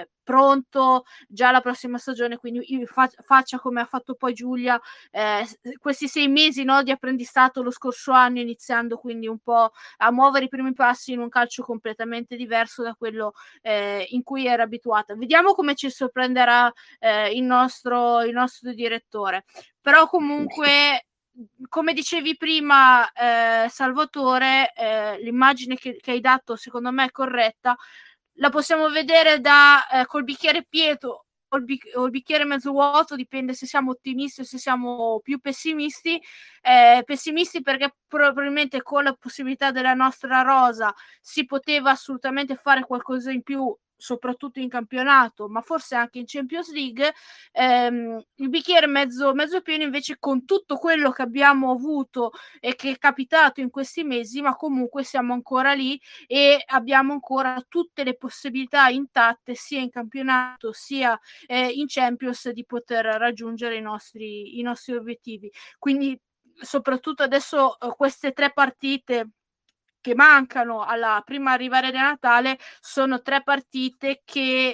pronto già la prossima stagione, quindi faccia come ha fatto poi Giulia questi 6 mesi, no, di apprendistato lo scorso anno, iniziando quindi un po' a muovere i primi passi in un calcio completamente diverso da quello in cui era abituata. Vediamo come ci sorprenderà il nostro direttore, però comunque come dicevi prima Salvatore, l'immagine che hai dato secondo me è corretta, la possiamo vedere col bicchiere pieno o il bicchiere mezzo vuoto, dipende se siamo ottimisti o se siamo più pessimisti. Pessimisti perché probabilmente con la possibilità della nostra rosa si poteva assolutamente fare qualcosa in più, soprattutto in campionato, ma forse anche in Champions League. Il bicchiere mezzo pieno invece, con tutto quello che abbiamo avuto e che è capitato in questi mesi, ma comunque siamo ancora lì e abbiamo ancora tutte le possibilità intatte, sia in campionato sia in Champions, di poter raggiungere i nostri obiettivi. Quindi soprattutto adesso queste 3 partite che mancano alla prima arrivare da Natale sono 3 partite che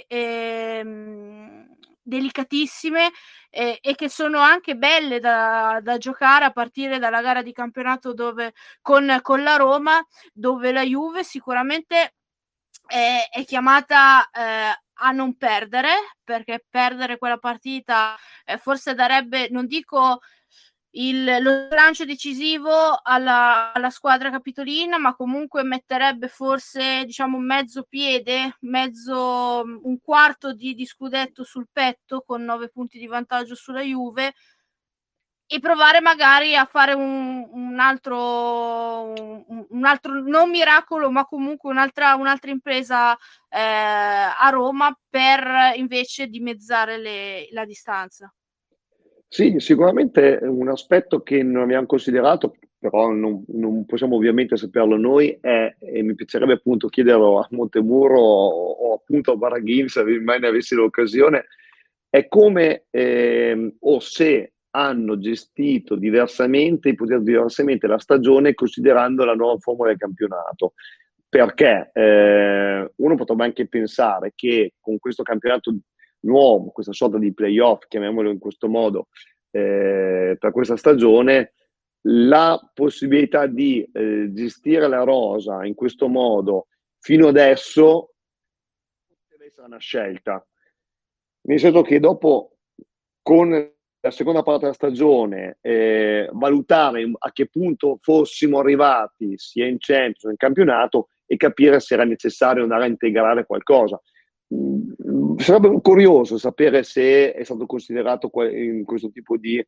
delicatissime e che sono anche belle da giocare, a partire dalla gara di campionato dove con la Roma, dove la Juve sicuramente è chiamata a non perdere, perché perdere quella partita forse darebbe, non dico lo slancio decisivo alla squadra capitolina, ma comunque metterebbe forse, diciamo, mezzo piede, un quarto di scudetto sul petto, con 9 punti di vantaggio sulla Juve, e provare magari a fare un altro non miracolo, ma comunque un'altra impresa a Roma, per invece dimezzare la distanza. Sì, sicuramente un aspetto che non abbiamo considerato, però non possiamo ovviamente saperlo noi, e mi piacerebbe appunto chiederlo a Montemurro o appunto a Baraghin, se mai ne avessi l'occasione, è come o se hanno gestito diversamente la stagione, considerando la nuova formula del campionato. perché uno potrebbe anche pensare che con questo campionato nuovo, questa sorta di playoff, chiamiamolo in questo modo, per questa stagione, la possibilità di gestire la rosa in questo modo fino adesso deve essere una scelta. Nel senso che dopo, con la seconda parte della stagione, valutare a che punto fossimo arrivati sia in Champions che in campionato e capire se era necessario andare a integrare qualcosa. Sarebbe curioso sapere se è stato considerato in questo tipo di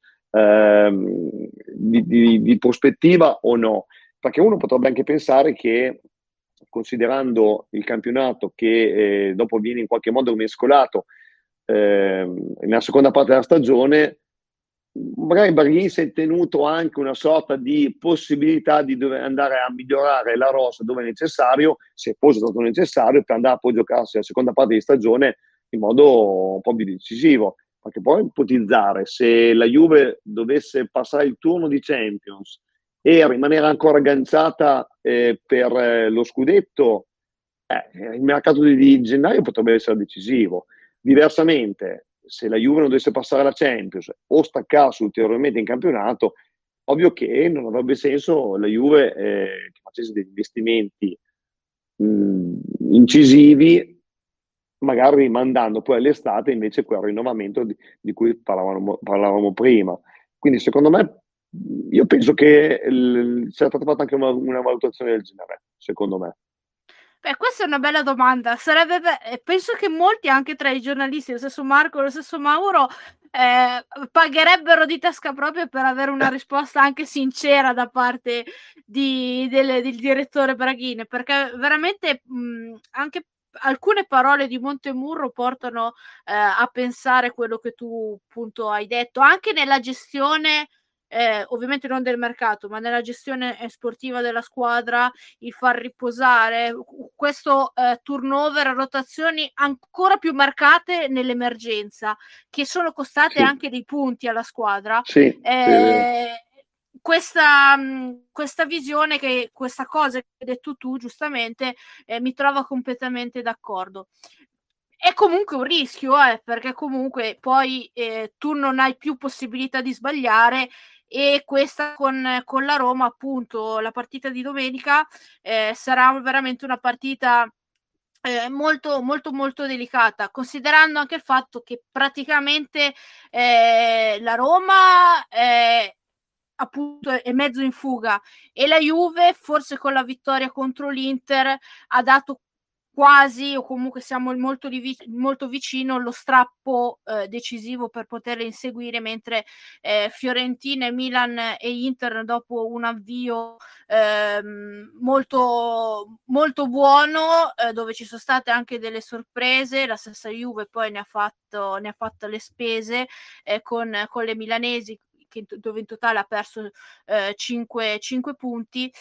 prospettiva o no, perché uno potrebbe anche pensare che, considerando il campionato che dopo viene in qualche modo mescolato nella seconda parte della stagione, magari Barghi si è tenuto anche una sorta di possibilità di dover andare a migliorare la rosa dove è necessario, se fosse stato necessario, per andare a poi giocarsi la seconda parte di stagione in modo un po' più decisivo. Perché poi ipotizzare, se la Juve dovesse passare il turno di Champions e rimanere ancora agganciata per lo scudetto, il mercato di gennaio potrebbe essere decisivo. Diversamente, se la Juve non dovesse passare la Champions o staccarsi ulteriormente in campionato, ovvio che non avrebbe senso la Juve che facesse degli investimenti incisivi, magari rimandando poi all'estate invece quel rinnovamento di cui parlavamo prima. Quindi secondo me, sia stata fatta anche una valutazione del genere, secondo me. Beh, questa è una bella domanda. Penso che molti, anche tra i giornalisti, lo stesso Marco, lo stesso Mauro, pagherebbero di tasca propria per avere una risposta anche sincera da parte del direttore Braghini, perché veramente anche alcune parole di Montemurro portano a pensare quello che tu appunto hai detto, anche nella gestione. Ovviamente non del mercato, ma nella gestione sportiva della squadra, il far riposare, questo turnover, rotazioni ancora più marcate nell'emergenza, che sono costate anche dei punti alla squadra. Questa visione, questa cosa che hai detto tu giustamente, mi trova completamente d'accordo. È comunque un rischio, perché comunque poi tu non hai più possibilità di sbagliare, e questa con la Roma, appunto, la partita di domenica sarà veramente una partita molto molto molto delicata, considerando anche il fatto che praticamente la Roma appunto è mezzo in fuga, e la Juve forse con la vittoria contro l'Inter ha dato quasi, o comunque siamo molto vicino, lo strappo decisivo per poterle inseguire, mentre Fiorentina, Milan e Inter, dopo un avvio molto molto buono, dove ci sono state anche delle sorprese, la stessa Juve poi ne ha fatto le spese con le milanesi, dove in totale ha perso 5 punti.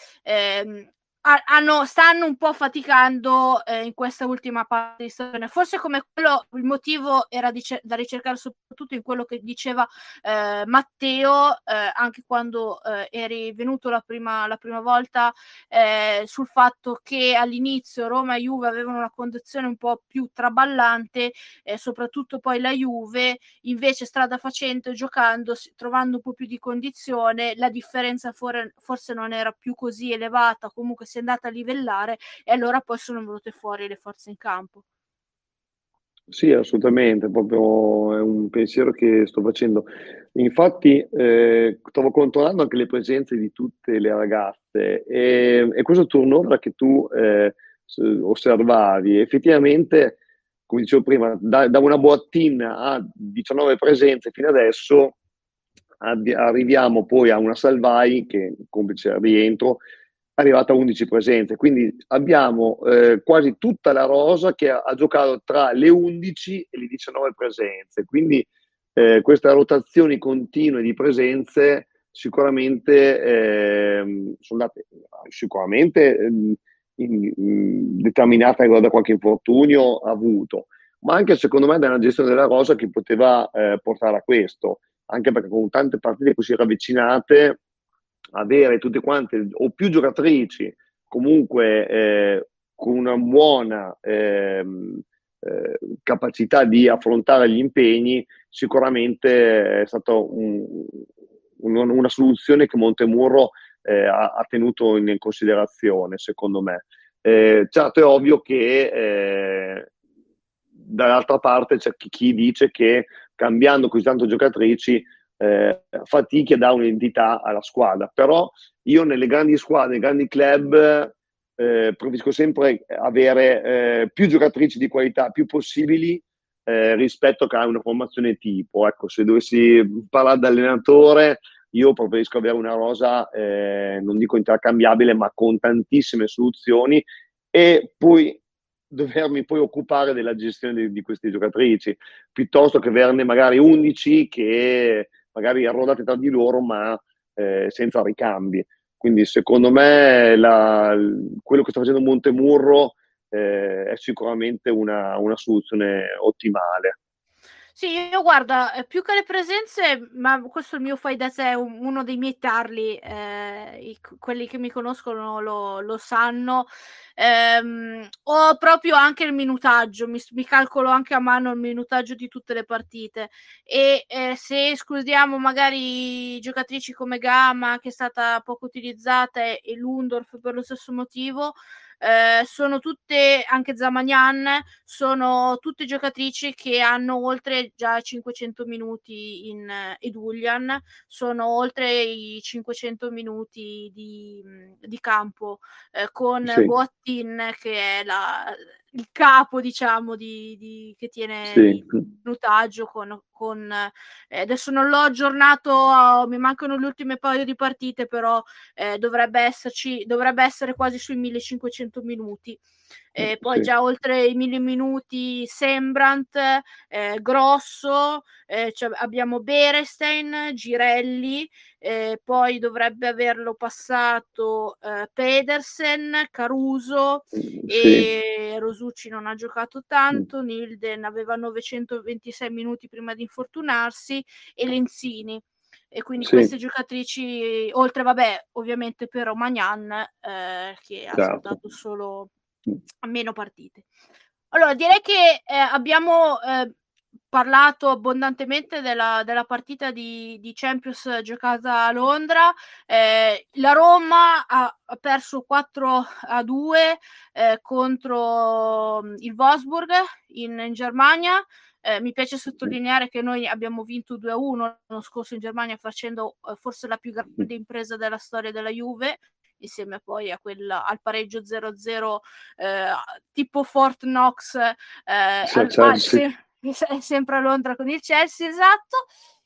Stanno un po' faticando in questa ultima parte di stagione. Forse come quello, il motivo era da ricercare soprattutto in quello che diceva Matteo anche quando eri venuto la prima volta, sul fatto che all'inizio Roma e Juve avevano una condizione un po' più traballante, soprattutto poi la Juve invece strada facendo, giocando, trovando un po' più di condizione, la differenza forse non era più così elevata, comunque si è andata a livellare, e allora poi sono venute fuori le forze in campo. Sì, assolutamente, proprio è un pensiero che sto facendo. Infatti, stavo controllando anche le presenze di tutte le ragazze e questo turnover che tu osservavi, effettivamente, come dicevo prima, da una boattina a 19 presenze fino adesso, arriviamo poi a una Salvai che, complice il rientro, è arrivata a 11 presenze, quindi abbiamo quasi tutta la rosa che ha giocato tra le 11 e le 19 presenze, quindi queste rotazioni continue di presenze sicuramente sono andate determinate da qualche infortunio avuto, ma anche secondo me da una gestione della rosa che poteva portare a questo, anche perché con tante partite così ravvicinate avere tutte quante o più giocatrici comunque con una buona capacità di affrontare gli impegni, sicuramente è stata una soluzione che Montemurro ha tenuto in considerazione, secondo me. Certo, è ovvio che dall'altra parte c'è chi dice che cambiando così tanto giocatrici fatichi a dare un'identità alla squadra, però io nelle grandi squadre, nei grandi club preferisco sempre avere più giocatrici di qualità più possibili rispetto a una formazione tipo. Ecco, se dovessi parlare da allenatore, io preferisco avere una rosa, non dico intercambiabile, ma con tantissime soluzioni, e poi dovermi poi occupare della gestione di queste giocatrici, piuttosto che averne magari 11 che magari arrodate tra di loro, ma senza ricambi. Quindi secondo me quello che sta facendo Montemurro è sicuramente una soluzione ottimale. Sì, io guarda, più che le presenze, ma questo è il mio fai da te, uno dei miei tarli, quelli che mi conoscono lo sanno, ho proprio anche il minutaggio, mi calcolo anche a mano il minutaggio di tutte le partite e se escludiamo magari giocatrici come Gama, che è stata poco utilizzata, e Lundorf per lo stesso motivo, sono tutte, anche Zamagnan, sono tutte giocatrici che hanno oltre già 500 minuti ed Ulian sono oltre i 500 minuti di campo, con Sì. Boattin che è il capo, diciamo, che tiene Sì. il minutaggio con adesso non l'ho aggiornato, mi mancano le ultime paio di partite, però dovrebbe essere quasi sui 1500 minuti. Poi Sì. già oltre i 1000 minuti Sembrant, Grosso, abbiamo Berestein, Girelli, poi dovrebbe averlo passato Pedersen, Caruso, Sì. e Rosucci non ha giocato tanto, Nilden aveva 926 minuti prima di infortunarsi, e Lenzini. E quindi Sì. queste giocatrici, oltre vabbè ovviamente però Magnan, che ha saltato solo meno partite. Allora direi che abbiamo parlato abbondantemente della partita di Champions giocata a Londra. La Roma ha perso 4-2 contro il Wolfsburg in Germania. Mi piace sottolineare che noi abbiamo vinto 2-1 l'anno scorso in Germania, facendo forse la più grande impresa della storia della Juve, insieme poi al pareggio 0-0 tipo Fort Knox sempre a Londra con il Chelsea, esatto.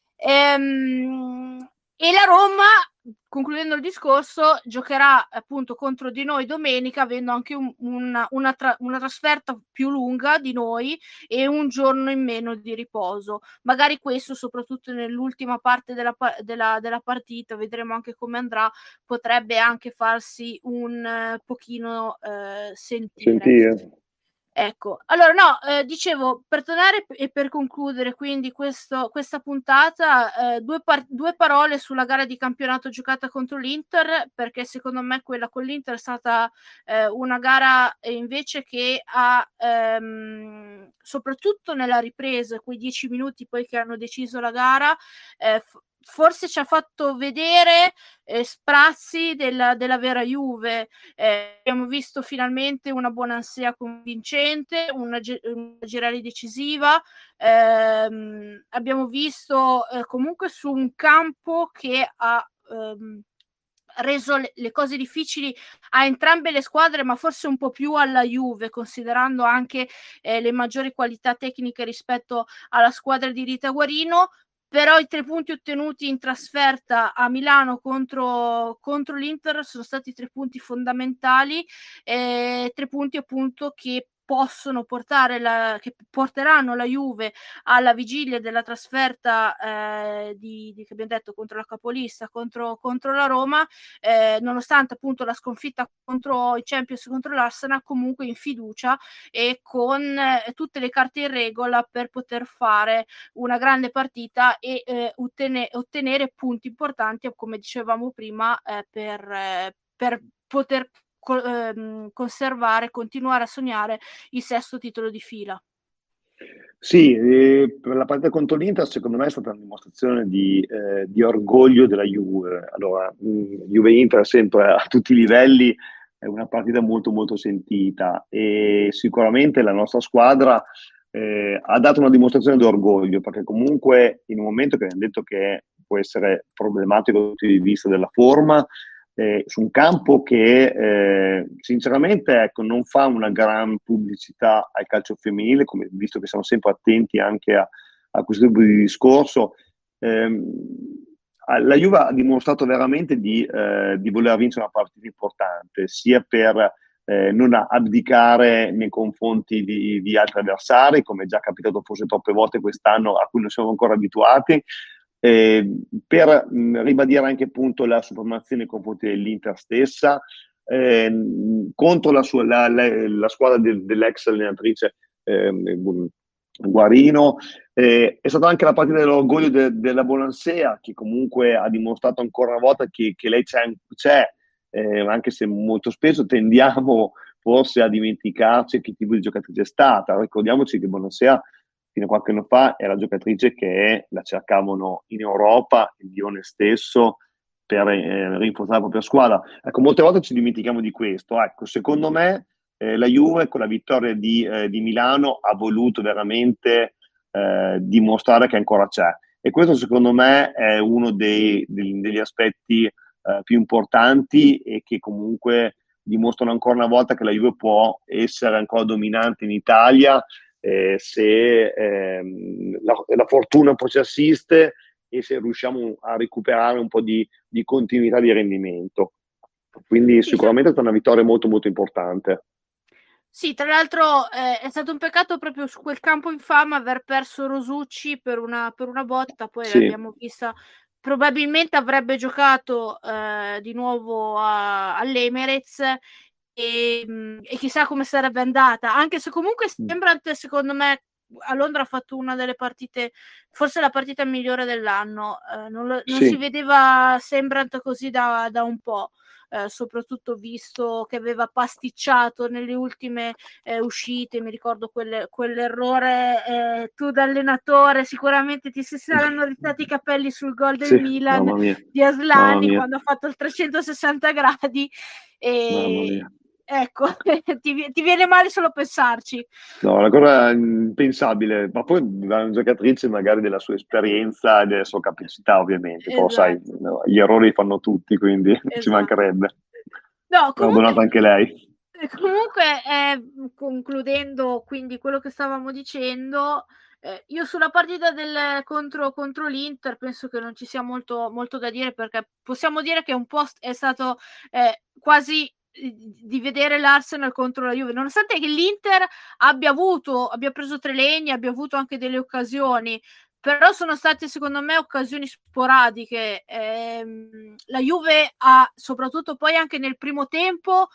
E la Roma, concludendo il discorso, giocherà appunto contro di noi domenica, avendo anche una trasferta più lunga di noi e un giorno in meno di riposo. Magari questo, soprattutto nell'ultima parte della partita, vedremo anche come andrà, potrebbe anche farsi un pochino sentire. Ecco, allora no, dicevo, per tornare e per concludere quindi questa puntata, due parole sulla gara di campionato giocata contro l'Inter, perché secondo me quella con l'Inter è stata una gara invece che ha soprattutto nella ripresa, quei 10 minuti poi che hanno deciso la gara, forse ci ha fatto vedere sprazzi della vera Juve. Abbiamo visto finalmente una Bonanzea convincente, una Girelli decisiva, abbiamo visto comunque su un campo che ha reso le cose difficili a entrambe le squadre, ma forse un po' più alla Juve, considerando anche le maggiori qualità tecniche rispetto alla squadra di Rita Guarino. Però i 3 punti ottenuti in trasferta a Milano contro l'Inter sono stati 3 punti fondamentali, 3 punti appunto che che porteranno la Juve alla vigilia della trasferta che abbiamo detto contro la capolista, contro la Roma, nonostante appunto la sconfitta contro i Champions, contro l'Arsenal, comunque in fiducia e con tutte le carte in regola per poter fare una grande partita e ottenere punti importanti, come dicevamo prima, per poter continuare a sognare il sesto titolo di fila. Sì, per la partita contro l'Inter secondo me è stata una dimostrazione di orgoglio della Juve. Allora, Juve-Inter sempre a tutti i livelli è una partita molto molto sentita e sicuramente la nostra squadra ha dato una dimostrazione di orgoglio, perché comunque in un momento che abbiamo detto che può essere problematico dal punto di vista della forma, su un campo che sinceramente ecco, non fa una gran pubblicità al calcio femminile, come, visto che siamo sempre attenti anche a questo tipo di discorso. La Juve ha dimostrato veramente di voler vincere una partita importante, sia per non abdicare nei confronti di altri avversari, come è già capitato forse troppe volte quest'anno, a cui non siamo ancora abituati, per ribadire anche appunto la supremazia nei confronti dell'Inter stessa, contro la squadra dell'ex allenatrice Guarino. È stata anche la partita dell'orgoglio della Bonansea, che comunque ha dimostrato ancora una volta che lei c'è, anche se molto spesso tendiamo forse a dimenticarci che tipo di giocatrice è stata. Ricordiamoci che Bonansea fino a qualche anno fa era la giocatrice che la cercavano in Europa, il Lione stesso, per rinforzare la propria squadra. Ecco, molte volte ci dimentichiamo di questo. Ecco, secondo me la Juve con la vittoria di Milano ha voluto veramente dimostrare che ancora c'è. E questo secondo me è uno degli aspetti più importanti e che comunque dimostrano ancora una volta che la Juve può essere ancora dominante in Italia se la fortuna poi ci assiste e se riusciamo a recuperare un po' di continuità di rendimento. Quindi Sì, sicuramente è stata una vittoria molto molto importante. sì, tra l'altro è stato un peccato proprio su quel campo infame aver perso Rosucci per una botta, poi Sì. l'abbiamo vista, probabilmente avrebbe giocato di nuovo all'Emirates e chissà come sarebbe andata, anche se comunque Sembrant secondo me a Londra ha fatto una delle partite, forse la partita migliore dell'anno, non Sì. si vedeva Sembrant così da un po'. Soprattutto visto che aveva pasticciato nelle ultime uscite, mi ricordo quell'errore, tu da allenatore sicuramente ti si saranno rizati i capelli sul gol del Sì, Milan mamma mia. di Aslani quando ha fatto il 360 gradi Mamma mia. ecco, ti viene male solo pensarci. No, una cosa impensabile, ma poi una giocatrice magari della sua esperienza e delle sue capacità, ovviamente. Però sai, gli errori li fanno tutti, quindi ci mancherebbe. No, Perdonata anche lei. Comunque, concludendo quindi quello che stavamo dicendo, io sulla partita contro l'Inter penso che non ci sia molto, molto da dire, perché possiamo dire che un po' è stato quasi di vedere l'Arsenal contro la Juve, nonostante che l'Inter abbia preso 3 legni, abbia avuto anche delle occasioni, però sono state secondo me occasioni sporadiche. La Juve ha, soprattutto poi anche nel primo tempo,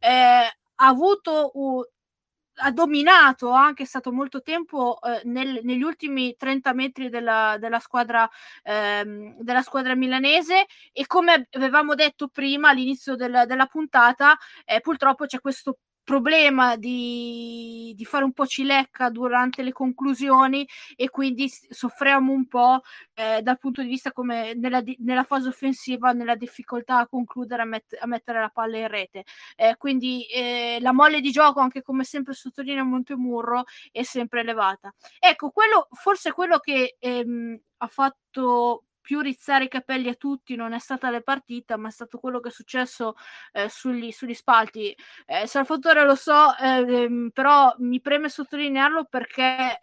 ha dominato, anche stato molto tempo negli ultimi 30 metri della squadra milanese, e come avevamo detto prima all'inizio della puntata, purtroppo c'è questo problema di fare un po' cilecca durante le conclusioni, e quindi soffriamo un po' dal punto di vista come nella fase offensiva, nella difficoltà a concludere, a mettere la palla in rete. Quindi la molle di gioco, anche come sempre sottolinea Montemurro, è sempre elevata. Ecco, forse quello che ha fatto più rizzare i capelli a tutti non è stata la partita, ma è stato quello che è successo sugli spalti. Salvatore, lo so, però mi preme sottolinearlo, perché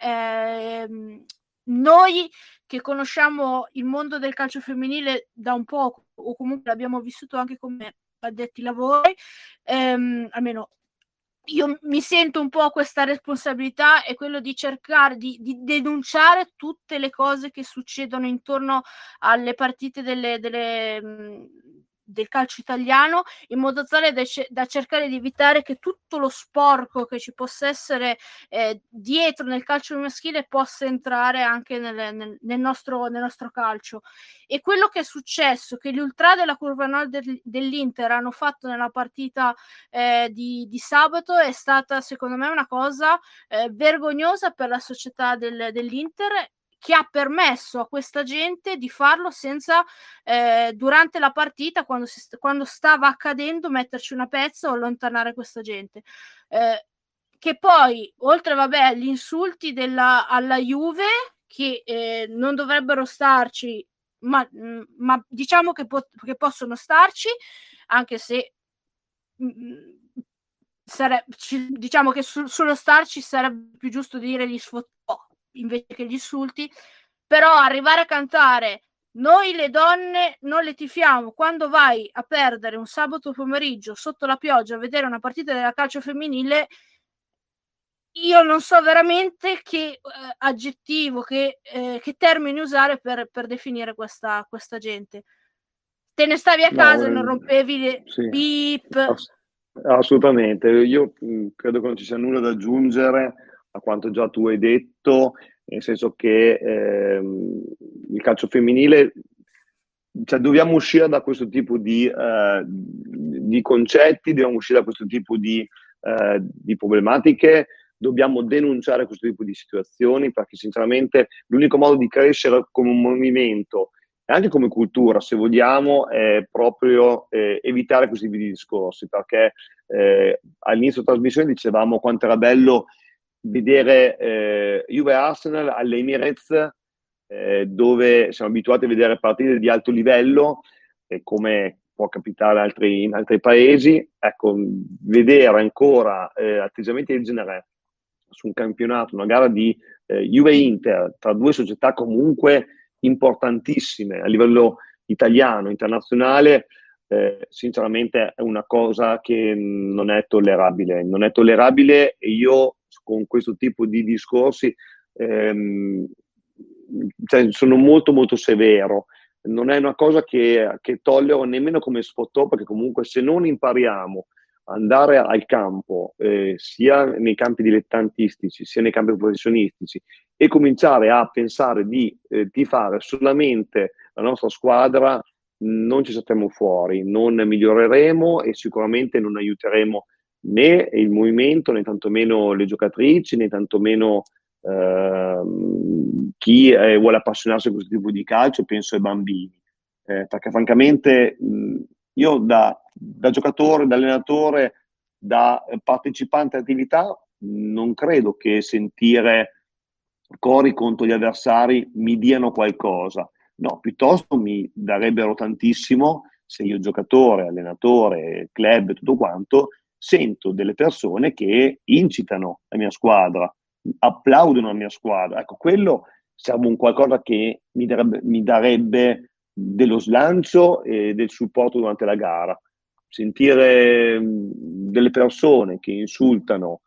noi che conosciamo il mondo del calcio femminile da un po', o comunque l'abbiamo vissuto anche come addetti ai lavori, almeno io mi sento un po' questa responsabilità, è quello di cercare di denunciare tutte le cose che succedono intorno alle partite del calcio italiano, in modo tale da cercare di evitare che tutto lo sporco che ci possa essere dietro nel calcio maschile possa entrare anche nel nostro calcio. E quello che è successo, che gli ultra della Curva Nord dell'Inter hanno fatto nella partita di sabato, è stata secondo me una cosa vergognosa per la società dell'Inter, che ha permesso a questa gente di farlo senza durante la partita, quando stava accadendo, metterci una pezza o allontanare questa gente, che poi oltre agli insulti alla Juve, che non dovrebbero starci, ma diciamo che possono starci, anche se diciamo che sullo starci sarebbe più giusto dire gli sfottò invece che gli insulti. Però arrivare a cantare "noi le donne non le tifiamo" quando vai a perdere un sabato pomeriggio sotto la pioggia a vedere una partita della calcio femminile, io non so veramente che aggettivo, che termini usare per definire questa gente. Te ne stavi a casa e non rompevi le beep. Assolutamente, io credo che non ci sia nulla da aggiungere a quanto già tu hai detto, nel senso che il calcio femminile, cioè, dobbiamo uscire da questo tipo di concetti, dobbiamo uscire da questo tipo di problematiche, dobbiamo denunciare questo tipo di situazioni, perché sinceramente l'unico modo di crescere come un movimento e anche come cultura, se vogliamo, è proprio evitare questi tipi di discorsi, perché all'inizio della trasmissione dicevamo quanto era bello vedere Juve Arsenal all'Emirates, dove siamo abituati a vedere partite di alto livello, come può capitare in altri paesi. Ecco, vedere ancora atteggiamenti del genere su un campionato, una gara di Juve-Inter, tra due società comunque importantissime a livello italiano, internazionale, sinceramente è una cosa che non è tollerabile. Non è tollerabile, e io con questo tipo di discorsi sono molto molto severo. Non è una cosa che tollero nemmeno come sfottò, perché comunque se non impariamo a andare al campo, sia nei campi dilettantistici sia nei campi professionistici, e cominciare a pensare di tifare solamente la nostra squadra, non ci saltiamo fuori, non miglioreremo e sicuramente non aiuteremo né il movimento, né tantomeno le giocatrici, né tantomeno chi vuole appassionarsi a questo tipo di calcio, penso ai bambini. Perché francamente io da giocatore, da allenatore, da partecipante all'attività, non credo che sentire cori contro gli avversari mi diano qualcosa. No, piuttosto mi darebbero tantissimo se io, giocatore, allenatore, club e tutto quanto, sento delle persone che incitano la mia squadra, applaudono la mia squadra. Ecco, quello sarebbe un qualcosa che mi darebbe dello slancio e del supporto durante la gara. Sentire delle persone che insultano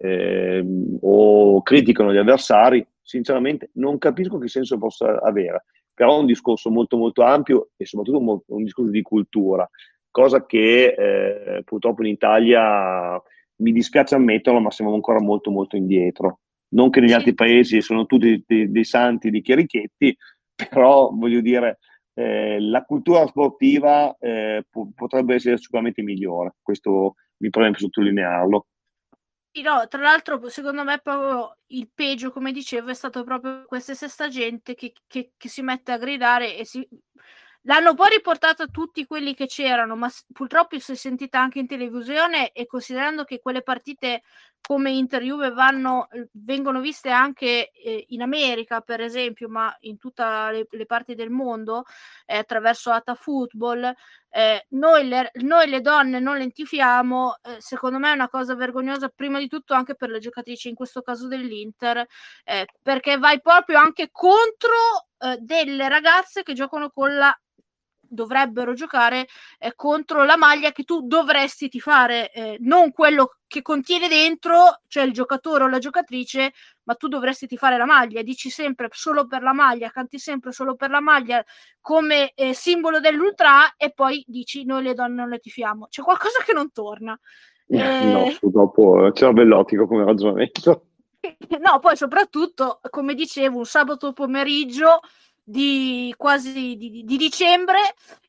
o criticano gli avversari, sinceramente non capisco che senso possa avere. Però è un discorso molto molto ampio e soprattutto un discorso di cultura, cosa che purtroppo in Italia, mi dispiace ammetterlo, ma siamo ancora molto molto indietro. Non che negli altri paesi sono tutti dei santi di chierichetti, però voglio dire, la cultura sportiva potrebbe essere sicuramente migliore, questo mi preme sottolinearlo. No, tra l'altro secondo me proprio il peggio, come dicevo, è stato proprio questa stessa gente che si mette a gridare e l'hanno poi riportata tutti quelli che c'erano, ma purtroppo si è sentita anche in televisione, e considerando che quelle partite come Inter-Juve vengono viste anche in America, per esempio, ma in tutte le parti del mondo, attraverso Ata Football, noi le donne non le tifiamo, secondo me è una cosa vergognosa, prima di tutto anche per le giocatrici, in questo caso dell'Inter, perché vai proprio anche contro delle ragazze che giocano con la dovrebbero giocare contro la maglia che tu dovresti tifare, non quello che contiene dentro, cioè il giocatore o la giocatrice, ma tu dovresti tifare la maglia. Dici sempre solo per la maglia, canti sempre solo per la maglia come simbolo dell'ultra, e poi dici noi le donne non le tifiamo. C'è qualcosa che non torna. No, purtroppo cervellotico come ragionamento. No, poi soprattutto, come dicevo, un sabato pomeriggio di quasi di dicembre,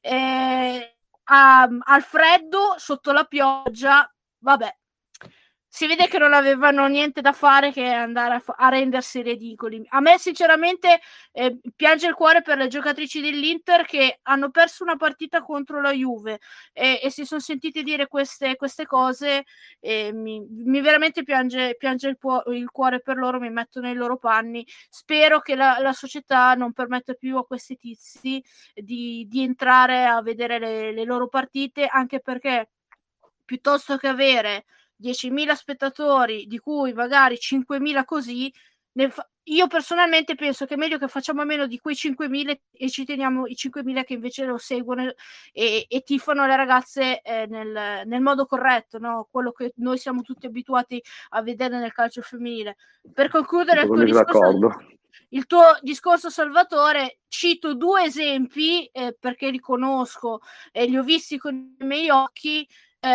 al freddo, sotto la pioggia, vabbè. Si vede che non avevano niente da fare che andare a rendersi ridicoli. A me sinceramente piange il cuore per le giocatrici dell'Inter che hanno perso una partita contro la Juve e si sono sentite dire queste cose, e mi veramente piange il cuore per loro, mi metto nei loro panni. Spero che la società non permetta più a questi tizi di entrare a vedere le loro partite, anche perché piuttosto che avere 10.000 spettatori, di cui magari 5.000 così, io personalmente penso che è meglio che facciamo a meno di quei 5.000 e ci teniamo i 5.000 che invece lo seguono e tifano le ragazze nel modo corretto, no? Quello che noi siamo tutti abituati a vedere nel calcio femminile. Per concludere il tuo discorso, Salvatore, cito 2 esempi perché li conosco e li ho visti con i miei occhi.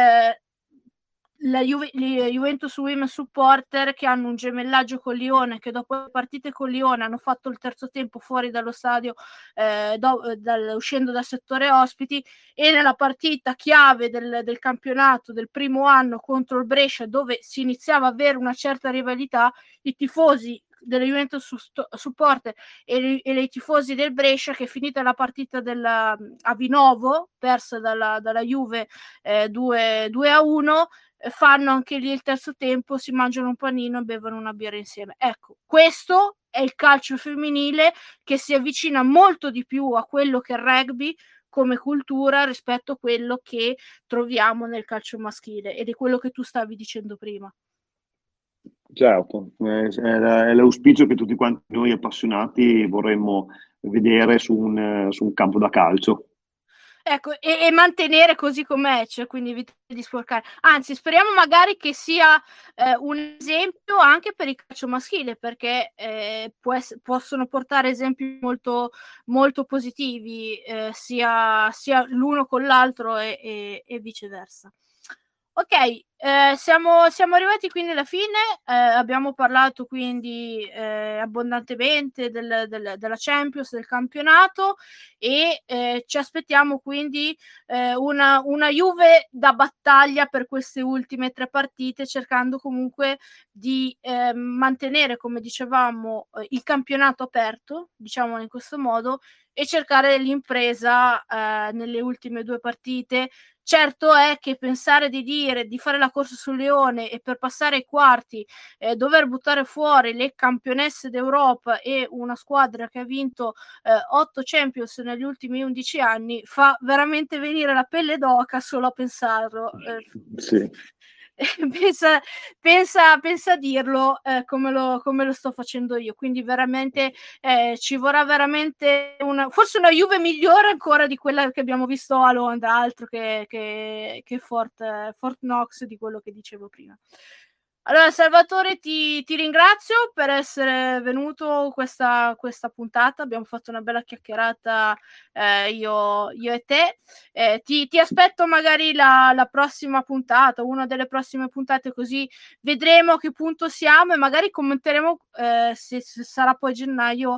La Juventus Women Supporter, che hanno un gemellaggio con Lione, che dopo le partite con Lione hanno fatto il terzo tempo fuori dallo stadio, uscendo dal settore ospiti, e nella partita chiave del campionato del primo anno contro il Brescia, dove si iniziava a avere una certa rivalità, i tifosi delle Juventus Supporter e i tifosi del Brescia, che finita la partita a Vinovo, persa dalla Juve 2-1, fanno anche lì il terzo tempo, si mangiano un panino e bevono una birra insieme. Ecco, questo è il calcio femminile che si avvicina molto di più a quello che è il rugby come cultura rispetto a quello che troviamo nel calcio maschile, ed è quello che tu stavi dicendo prima. Certo, è l'auspicio che tutti quanti noi appassionati vorremmo vedere su un campo da calcio. Ecco, e mantenere così com'è, cioè quindi evitare di sporcare. Anzi, speriamo magari che sia un esempio anche per il calcio maschile, perché possono portare esempi molto, molto positivi, sia l'uno con l'altro e viceversa. Ok, siamo arrivati quindi alla fine, abbiamo parlato quindi abbondantemente della Champions, del campionato, e ci aspettiamo quindi una Juve da battaglia per queste ultime 3 partite, cercando comunque di mantenere, come dicevamo, il campionato aperto, diciamolo in questo modo, e cercare l'impresa nelle ultime 2 partite. Certo è che pensare di fare la corsa sul leone e per passare ai quarti dover buttare fuori le campionesse d'Europa e una squadra che ha vinto 8 Champions negli ultimi 11 anni fa veramente venire la pelle d'oca solo a pensarlo. Sì. Pensa a dirlo come lo sto facendo io, quindi veramente ci vorrà veramente forse una Juve migliore ancora di quella che abbiamo visto a Londra, altro che Fort Knox, di quello che dicevo prima. Allora, Salvatore, ti ringrazio per essere venuto questa puntata. Abbiamo fatto una bella chiacchierata io e te. Ti aspetto magari la prossima puntata, una delle prossime puntate, così vedremo a che punto siamo e magari commenteremo se sarà poi gennaio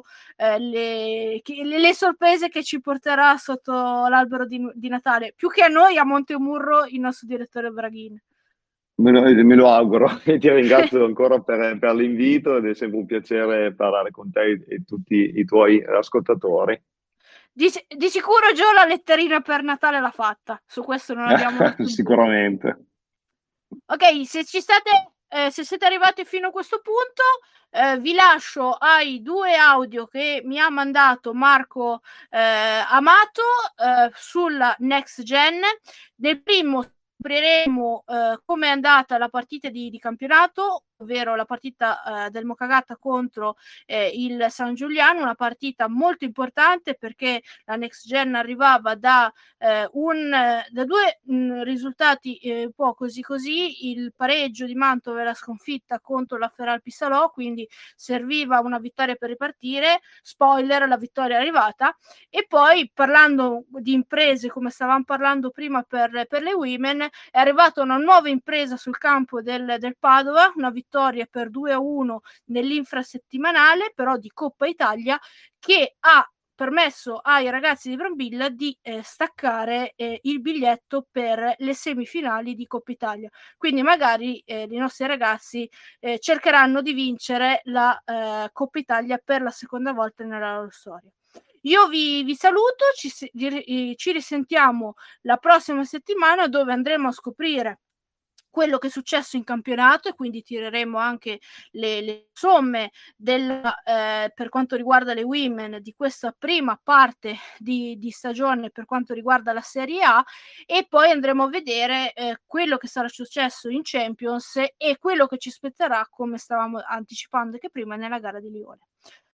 le sorprese che ci porterà sotto l'albero di Natale, più che a noi, a Montemurro, il nostro direttore Braghin. Me lo auguro e ti ringrazio ancora per l'invito, ed è sempre un piacere parlare con te e tutti i tuoi ascoltatori. Di sicuro Gio la letterina per Natale l'ha fatta, su questo non abbiamo sicuramente. Ok, se siete arrivati fino a questo punto, vi lascio ai 2 audio che mi ha mandato Marco Amato sulla Next Gen. Nel primo scopriremo come è andata la partita di campionato, ovvero la partita del Mokagata contro il San Giuliano, una partita molto importante perché la Next Gen arrivava da due risultati un po' così, il pareggio di Mantova e la sconfitta contro la Feralpi Salò, quindi serviva una vittoria per ripartire. Spoiler, la vittoria è arrivata. E poi, parlando di imprese, come stavamo parlando prima per le women, è arrivata una nuova impresa sul campo del Padova, una vittoria per 2-1 nell'infrasettimanale, però di Coppa Italia, che ha permesso ai ragazzi di Brambilla di staccare il biglietto per le semifinali di Coppa Italia. Quindi magari i nostri ragazzi cercheranno di vincere la Coppa Italia per la seconda volta nella loro storia. Io vi saluto, ci risentiamo la prossima settimana, dove andremo a scoprire quello che è successo in campionato, e quindi tireremo anche le somme per quanto riguarda le women di questa prima parte di stagione per quanto riguarda la Serie A, e poi andremo a vedere quello che sarà successo in Champions e quello che ci aspetterà, come stavamo anticipando anche prima, nella gara di Lione.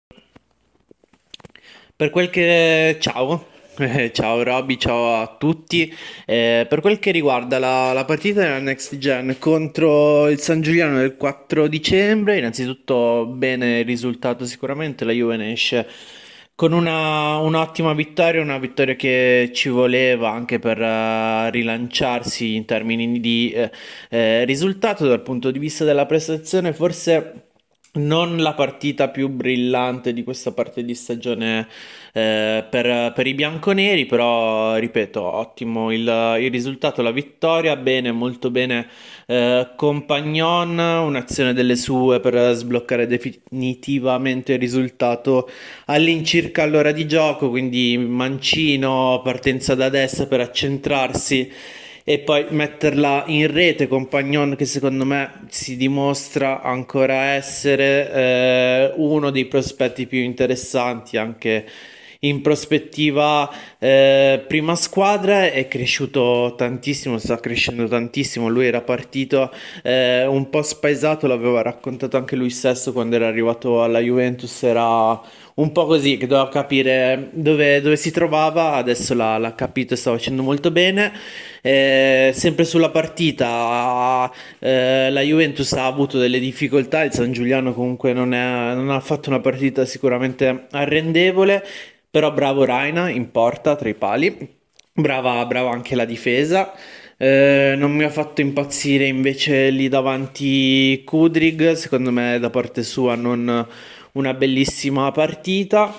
Per quel che... Ciao, ciao Roby, ciao a tutti. Per quel che riguarda la partita della Next Gen contro il San Giuliano del 4 dicembre, innanzitutto bene il risultato sicuramente, la Juve ne esce con un'ottima vittoria, una vittoria che ci voleva anche per rilanciarsi in termini di risultato. Dal punto di vista della prestazione, forse non la partita più brillante di questa parte di stagione per i bianconeri, però ripeto, ottimo il risultato, la vittoria, bene, molto bene Compagnon, un'azione delle sue per sbloccare definitivamente il risultato all'incirca all'ora di gioco, quindi mancino, partenza da destra per accentrarsi e poi metterla in rete. Compagnon, che secondo me si dimostra ancora essere uno dei prospetti più interessanti anche in prospettiva prima squadra, è cresciuto tantissimo, sta crescendo tantissimo. Lui era partito un po' spaesato, l'aveva raccontato anche lui stesso quando era arrivato alla Juventus, era un po' così, che doveva capire dove si trovava. Adesso l'ha capito e sta facendo molto bene. Sempre sulla partita, la Juventus ha avuto delle difficoltà, il San Giuliano comunque non ha fatto una partita sicuramente arrendevole, però bravo Reina in porta tra i pali, brava anche la difesa. Non mi ha fatto impazzire invece lì davanti Kudrig, secondo me da parte sua non una bellissima partita.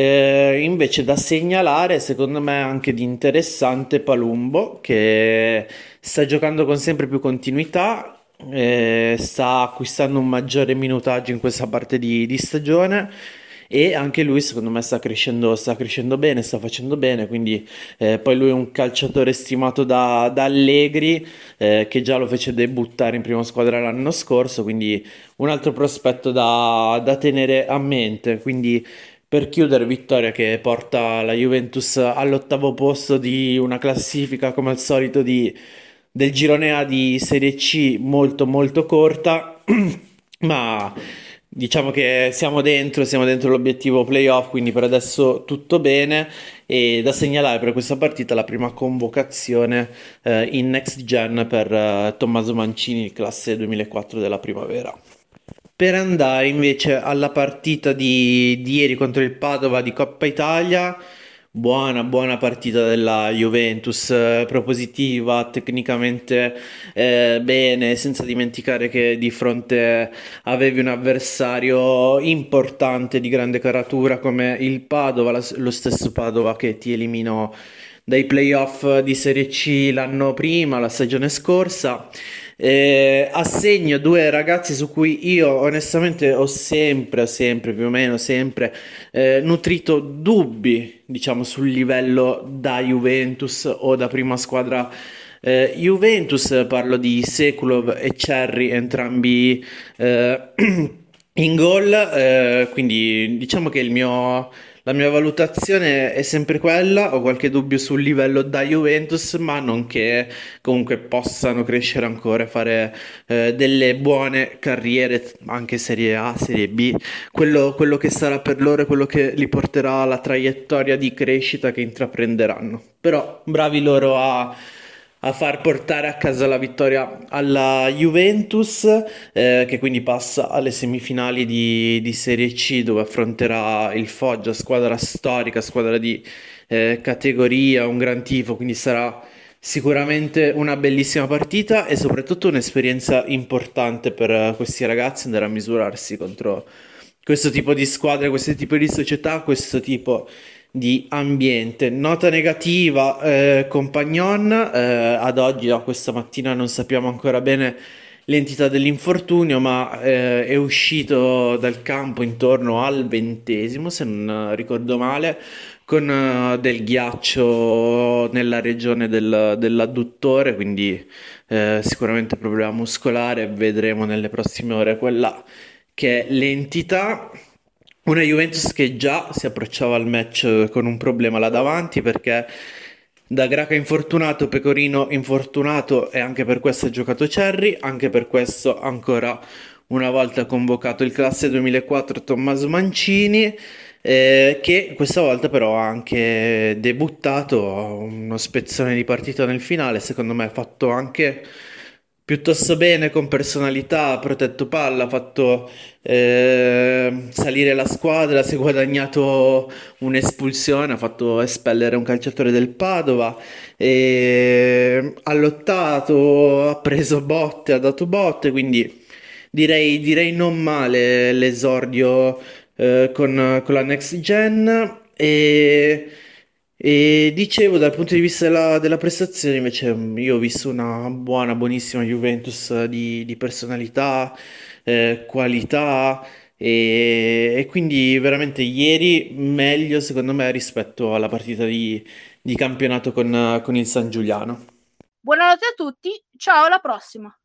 Invece da segnalare, secondo me anche di interessante, Palumbo, che sta giocando con sempre più continuità, sta acquistando un maggiore minutaggio in questa parte di stagione, e anche lui secondo me sta crescendo bene, sta facendo bene, quindi poi lui è un calciatore stimato da Allegri, che già lo fece debuttare in prima squadra l'anno scorso, quindi un altro prospetto da tenere a mente. Quindi per chiudere, vittoria che porta la Juventus all'8° posto di una classifica come al solito del girone A di Serie C molto molto corta, ma diciamo che siamo dentro l'obiettivo playoff, quindi per adesso tutto bene. E da segnalare per questa partita la prima convocazione in Next Gen per Tommaso Mancini, classe 2004 della primavera. Per andare invece alla partita di ieri contro il Padova di Coppa Italia, buona partita della Juventus, propositiva, tecnicamente bene, senza dimenticare che di fronte avevi un avversario importante di grande caratura come il Padova, lo stesso Padova che ti eliminò dai playoff di Serie C l'anno prima, la stagione scorsa. Assegno due ragazzi su cui io onestamente ho sempre, più o meno sempre, nutrito dubbi, diciamo, sul livello da Juventus o da prima squadra Juventus. Parlo di Sekulov e Cerri, entrambi in gol, quindi diciamo che La mia valutazione è sempre quella, ho qualche dubbio sul livello da Juventus, ma non che comunque possano crescere ancora e fare delle buone carriere, anche Serie A, Serie B. Quello che sarà per loro è quello che li porterà alla traiettoria di crescita che intraprenderanno. Però bravi loro a far portare a casa la vittoria alla Juventus, che quindi passa alle semifinali di Serie C, dove affronterà il Foggia, squadra storica, squadra di categoria, un gran tifo, quindi sarà sicuramente una bellissima partita e soprattutto un'esperienza importante per questi ragazzi andare a misurarsi contro questo tipo di squadre, questo tipo di società, questo tipo di ambiente. Nota negativa, Compagnon, ad oggi, a questa mattina, non sappiamo ancora bene l'entità dell'infortunio, ma è uscito dal campo intorno al 20°, se non ricordo male, con del ghiaccio nella regione dell'adduttore, quindi sicuramente problema muscolare. Vedremo nelle prossime ore quella che è l'entità. Una Juventus che già si approcciava al match con un problema là davanti, perché da Graca infortunato, Pecorino infortunato, e anche per questo ha giocato Cerri, anche per questo ancora una volta convocato il classe 2004 Tommaso Mancini, che questa volta però ha anche debuttato, uno spezzone di partita nel finale, secondo me ha fatto anche piuttosto bene, con personalità, ha protetto palla, ha fatto salire la squadra, si è guadagnato un'espulsione, ha fatto espellere un calciatore del Padova, e ha lottato, ha preso botte, ha dato botte, quindi direi non male l'esordio con la Next Gen. E dicevo, dal punto di vista della prestazione, invece, io ho visto una buonissima Juventus di personalità, qualità, e quindi veramente ieri meglio secondo me rispetto alla partita di campionato con il San Giuliano. Buonanotte a tutti, ciao, alla prossima.